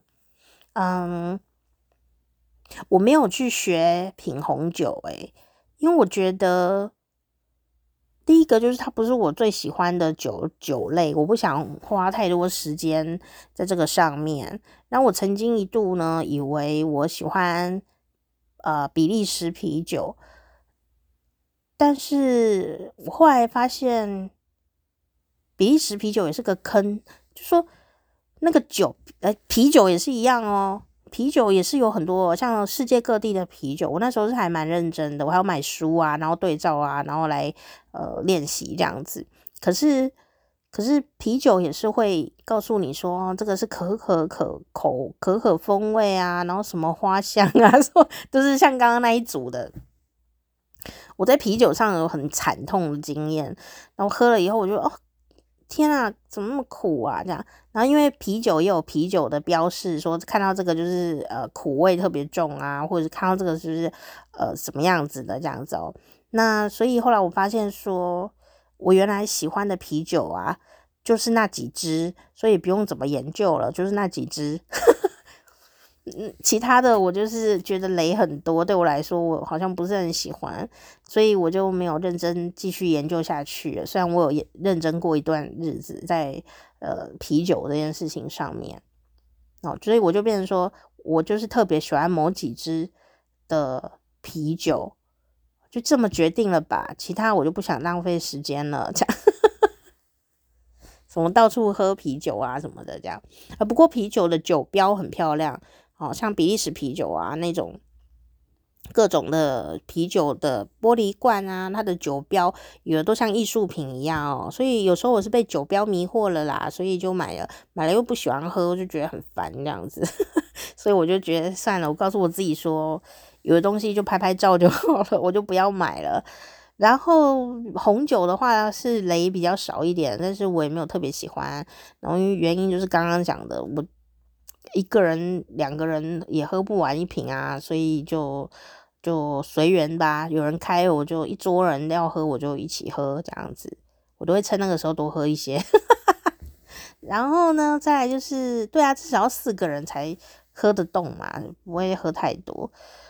我没有去学品红酒因为我觉得第一个就是它不是我最喜欢的酒类，我不想花太多时间在这个上面。然后我曾经一度呢以为我喜欢比利时啤酒，但是我后来发现比利时啤酒也是个坑，就说那个酒啤酒也是一样哦。啤酒也是有很多像世界各地的啤酒，我那时候是还蛮认真的，我还要买书啊，然后对照啊，然后来练习这样子。可是啤酒也是会告诉你说这个是可可风味啊，然后什么花香啊，说都是像刚刚那一组的。我在啤酒上有很惨痛的经验，然后喝了以后我就天啊，怎么那么苦啊？这样，然后因为啤酒也有啤酒的标示，说看到这个就是苦味特别重啊，或者是看到这个就是什么样子的这样子哦。那所以后来我发现说，我原来喜欢的啤酒啊，就是那几支，所以不用怎么研究了，就是那几支。其他的我就是觉得雷很多，对我来说我好像不是很喜欢，所以我就没有认真继续研究下去了。虽然我有认真过一段日子在啤酒这件事情上面所以我就变成说我就是特别喜欢某几支的啤酒，就这么决定了吧，其他我就不想浪费时间了这样。什么到处喝啤酒啊什么的这样不过啤酒的酒标很漂亮像比利时啤酒啊那种各种的啤酒的玻璃罐啊，它的酒标有的都像艺术品一样所以有时候我是被酒标迷惑了啦，所以就买了又不喜欢喝，我就觉得很烦这样子。所以我就觉得算了，我告诉我自己说有的东西就拍拍照就好了，我就不要买了。然后红酒的话是雷比较少一点，但是我也没有特别喜欢，然后因为原因就是刚刚讲的，我一个人2个人也喝不完1瓶啊，所以就随缘吧，有人开我就一桌人要喝我就一起喝这样子，我都会趁那个时候多喝一些。然后呢再来就是对啊，至少要4个人才喝得动嘛，不会喝太多。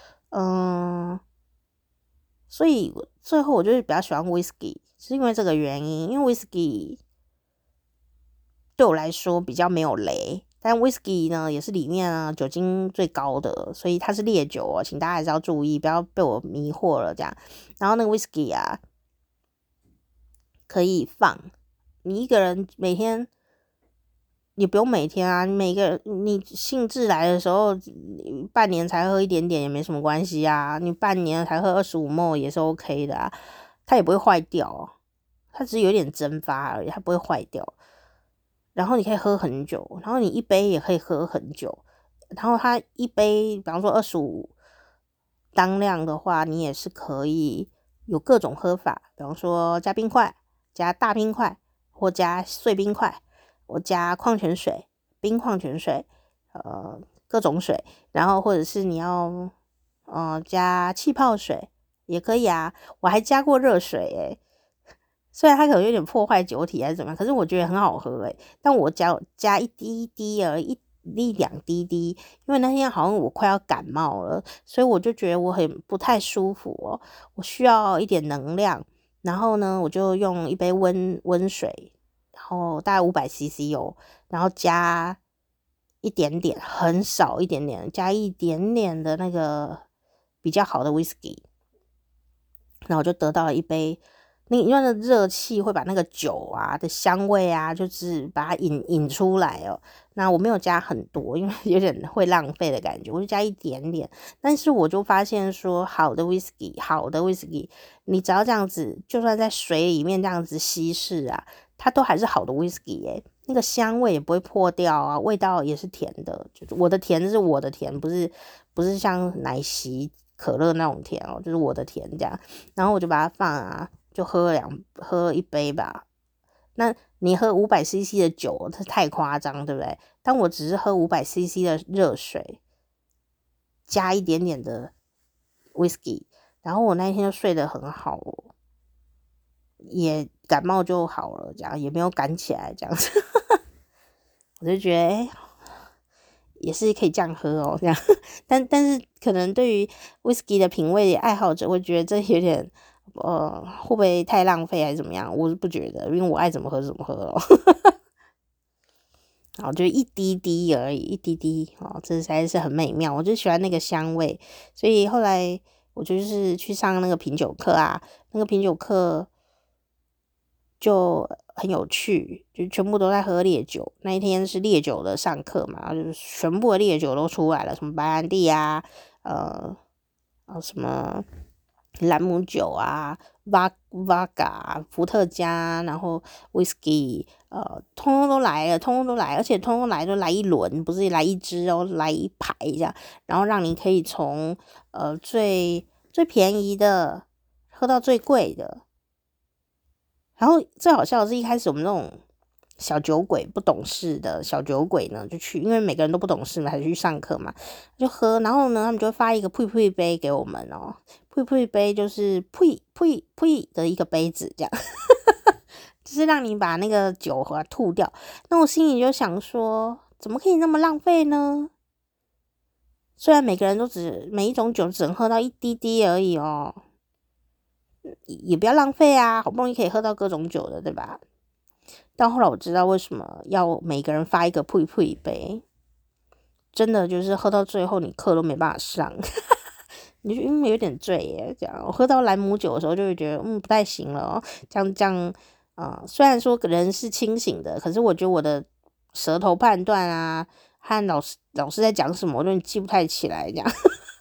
所以最后我就是比较喜欢 whisky， 是因为这个原因，因为 whisky 对我来说比较没有雷，但 whisky 呢也是里面酒精最高的，所以它是烈酒请大家还是要注意，不要被我迷惑了这样。然后那个 whisky 可以放你一个人每天也不用每天啊，你兴致来的时候，半年才喝一点点也没什么关系啊，你半年才喝25ml也是 OK 的啊，它也不会坏掉，它只是有点蒸发而已，它不会坏掉。然后你可以喝很久，然后你一杯也可以喝很久，然后它一杯，比方说25当量的话，你也是可以有各种喝法，比方说加冰块、加大冰块或加碎冰块，我加矿泉水、冰矿泉水，各种水，然后或者是你要加气泡水也可以啊，我还加过热水欸，虽然它可能有点破坏酒体还是怎么样，可是我觉得很好喝欸，但我加一滴滴而已，一两滴滴，因为那天好像我快要感冒了，所以我就觉得我很不太舒服哦，我需要一点能量，然后呢，我就用一杯温水，然后大概500cc 哦，然后加一点点，很少一点点，加一点点的那个比较好的 whisky， 然后我就得到了一杯。因为那热气会把那个酒啊的香味啊，就是把它引出来哦。那我没有加很多，因为有点会浪费的感觉，我就加一点点。但是我就发现说，好的 whisky， 你只要这样子，就算在水里面这样子稀释啊，它都还是好的 whisky 耶，那个香味也不会破掉啊，味道也是甜的。就是我的甜是我的甜，不是像奶昔、可乐那种甜哦，就是我的甜这样。然后我就把它放啊。就喝一杯吧，那你喝500cc 的酒，这太夸张，对不对？但我只是喝500cc 的热水，加一点点的 whisky， 然后我那一天就睡得很好哦，也感冒就好了，这样也没有赶起来，这样子，我就觉得也是可以这样喝哦，这样，但是可能对于 whisky 的品味爱好者会觉得这有点。会不会太浪费还是怎么样？我是不觉得，因为我爱怎么喝怎么喝哦。好，就一滴滴而已，一滴滴哦，这实在是很美妙。我就喜欢那个香味，所以后来我就是去上那个品酒课啊，那个品酒课就很有趣，就全部都在喝烈酒。那一天是烈酒的上课嘛，就是全部的烈酒都出来了，什么白兰地啊，什么。兰姆酒啊，Vodka 伏特加，然后 Whisky， 通通都来了，而且通通来都来一轮，不是来一支哦，来一排这样，然后让你可以从最便宜的喝到最贵的，然后最好笑的是一开始我们那种小酒鬼不懂事的小酒鬼呢，就去，因为每个人都不懂事嘛，还是去上课嘛，就喝，然后呢，他们就会发一个呸杯给我们哦。呸杯就是呸的一个杯子，这样，就是让你把那个酒和吐掉。那我心里就想说，怎么可以那么浪费呢？虽然每个人都每一种酒只能喝到一滴滴而已哦，也不要浪费啊，好不容易可以喝到各种酒的，对吧？但后来我知道为什么要每个人发一个呸杯，真的就是喝到最后你课都没办法上。你就因为有点醉耶，这样我喝到莱姆酒的时候就会觉得不太行了哦，这样虽然说人是清醒的，可是我觉得我的舌头判断啊和老师在讲什么我都记不太起来这样，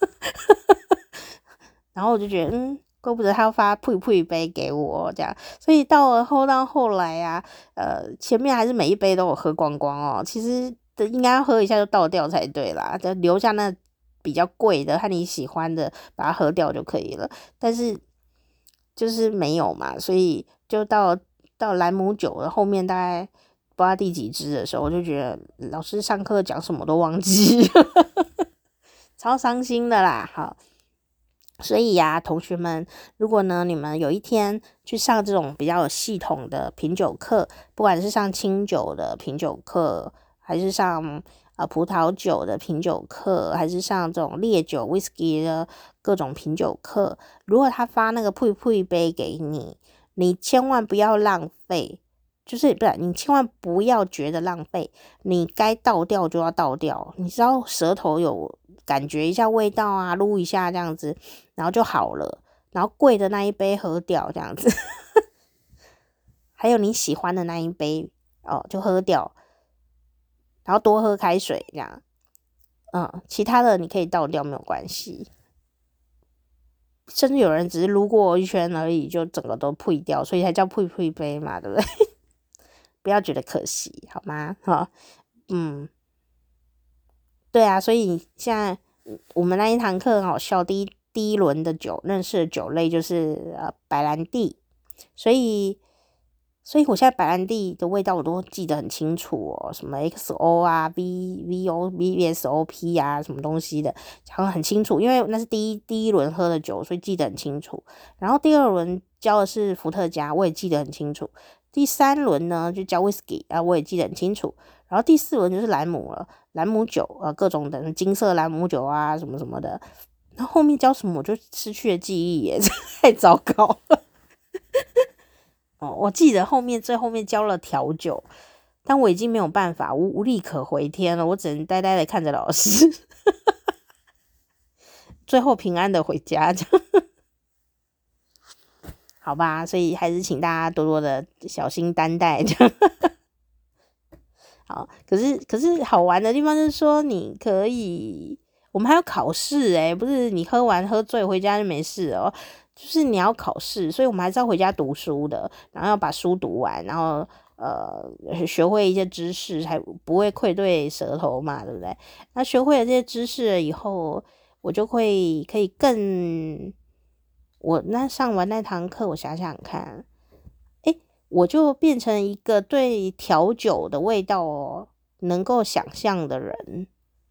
然后我就觉得怪不得他要发呸杯给我这样，所以到后来啊，前面还是每一杯都有喝光光哦，其实应该要喝一下就倒掉才对啦，就留下那比较贵的和你喜欢的把它喝掉就可以了，但是就是没有嘛，所以就到兰姆酒的后面大概不知道第几支的时候，我就觉得老师上课讲什么都忘记超伤心的啦。好，所以呀，同学们，如果呢你们有一天去上这种比较有系统的品酒课，不管是上清酒的品酒课，还是上葡萄酒的品酒课，还是上这种烈酒 whisky 的各种品酒课，如果他发那个呸杯给你，你千万不要浪费，就是不是你千万不要觉得浪费，你该倒掉就要倒掉，你只要舌头有感觉一下味道啊，撸一下这样子，然后就好了，然后贵的那一杯喝掉这样子还有你喜欢的那一杯就喝掉，然后多喝开水这样。其他的你可以倒掉没有关系，甚至有人只是撸过一圈而已，就整个都退掉，所以才叫退杯嘛，对不对？不要觉得可惜好吗？对啊，所以现在我们那一堂课很好笑，第一轮的酒认识的酒类就是白兰地，所以我现在白兰地的味道我都记得很清楚什么 XO 啊 VVO VSOP 啊什么东西的，好像很清楚，因为那是第一轮喝的酒，所以记得很清楚。然后第二轮教的是伏特加，我也记得很清楚。第三轮呢就教 whisky 我也记得很清楚。然后第四轮就是兰姆了，兰姆酒各种的金色兰姆酒啊什么什么的。然后后面教什么我就失去了记忆耶，太糟糕了。我记得最后面教了调酒，但我已经没有办法，无力可回天了，我只能呆呆的看着老师，最后平安的回家，这样好吧？所以还是请大家多多的小心担待，这样。好，可是好玩的地方就是说，你可以，我们还要考试不是你喝醉回家就没事就是你要考试，所以我们还是要回家读书的，然后要把书读完，然后学会一些知识，才不会愧对舌头嘛，对不对？那学会了这些知识了以后，我就可以我那上完那堂课，我想想看，我就变成一个对调酒的味道能够想象的人，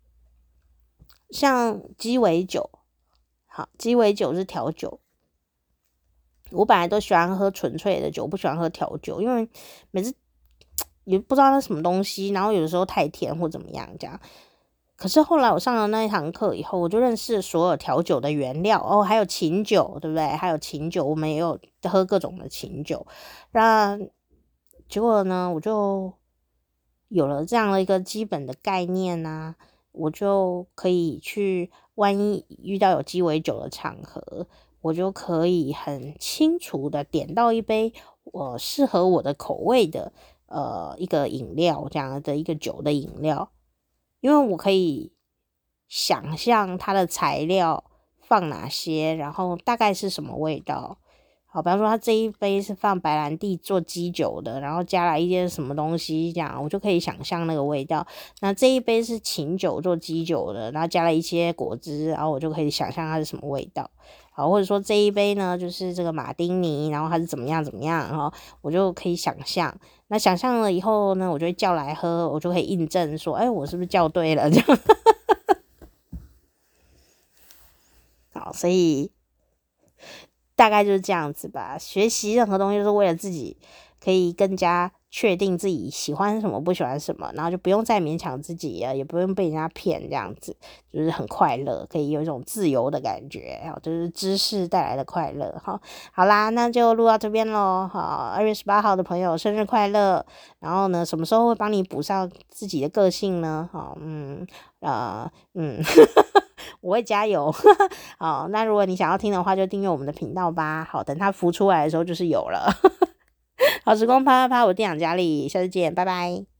像鸡尾酒，好，鸡尾酒是调酒。我本来都喜欢喝纯粹的酒，不喜欢喝调酒，因为每次也不知道那什么东西，然后有的时候太甜或怎么样这样。可是后来我上了那一堂课以后，我就认识所有调酒的原料还有琴酒，对不对？还有琴酒，我们也有喝各种的琴酒。那结果呢，我就有了这样的一个基本的概念啊，我就可以去，万一遇到有鸡尾酒的场合，我就可以很清楚的点到一杯适合我的口味的一个饮料，这样的一个酒的饮料。因为我可以想象它的材料放哪些，然后大概是什么味道。好，比方说它这一杯是放白兰地做基酒的，然后加了一些什么东西，这样我就可以想象那个味道。那这一杯是琴酒做基酒的，然后加了一些果汁，然后我就可以想象它是什么味道。好，或者说这一杯呢就是这个马丁尼，然后它是怎么样，然后我就可以想象。那想象了以后呢，我就会叫来喝，我就可以印证说，我是不是叫对了这样。好，所以大概就是这样子吧。学习任何东西就是为了自己可以更加确定自己喜欢什么不喜欢什么，然后就不用再勉强自己也不用被人家骗，这样子就是很快乐，可以有一种自由的感觉，就是知识带来的快乐。好啦，那就录到这边咯。好，2月18号的朋友生日快乐。然后呢，什么时候会帮你补上自己的个性呢？我会加油。好，那如果你想要听的话，就订阅我们的频道吧。好，等它浮出来的时候就是有了。好时光啪啪啪，我店长佳丽，下次见，拜拜。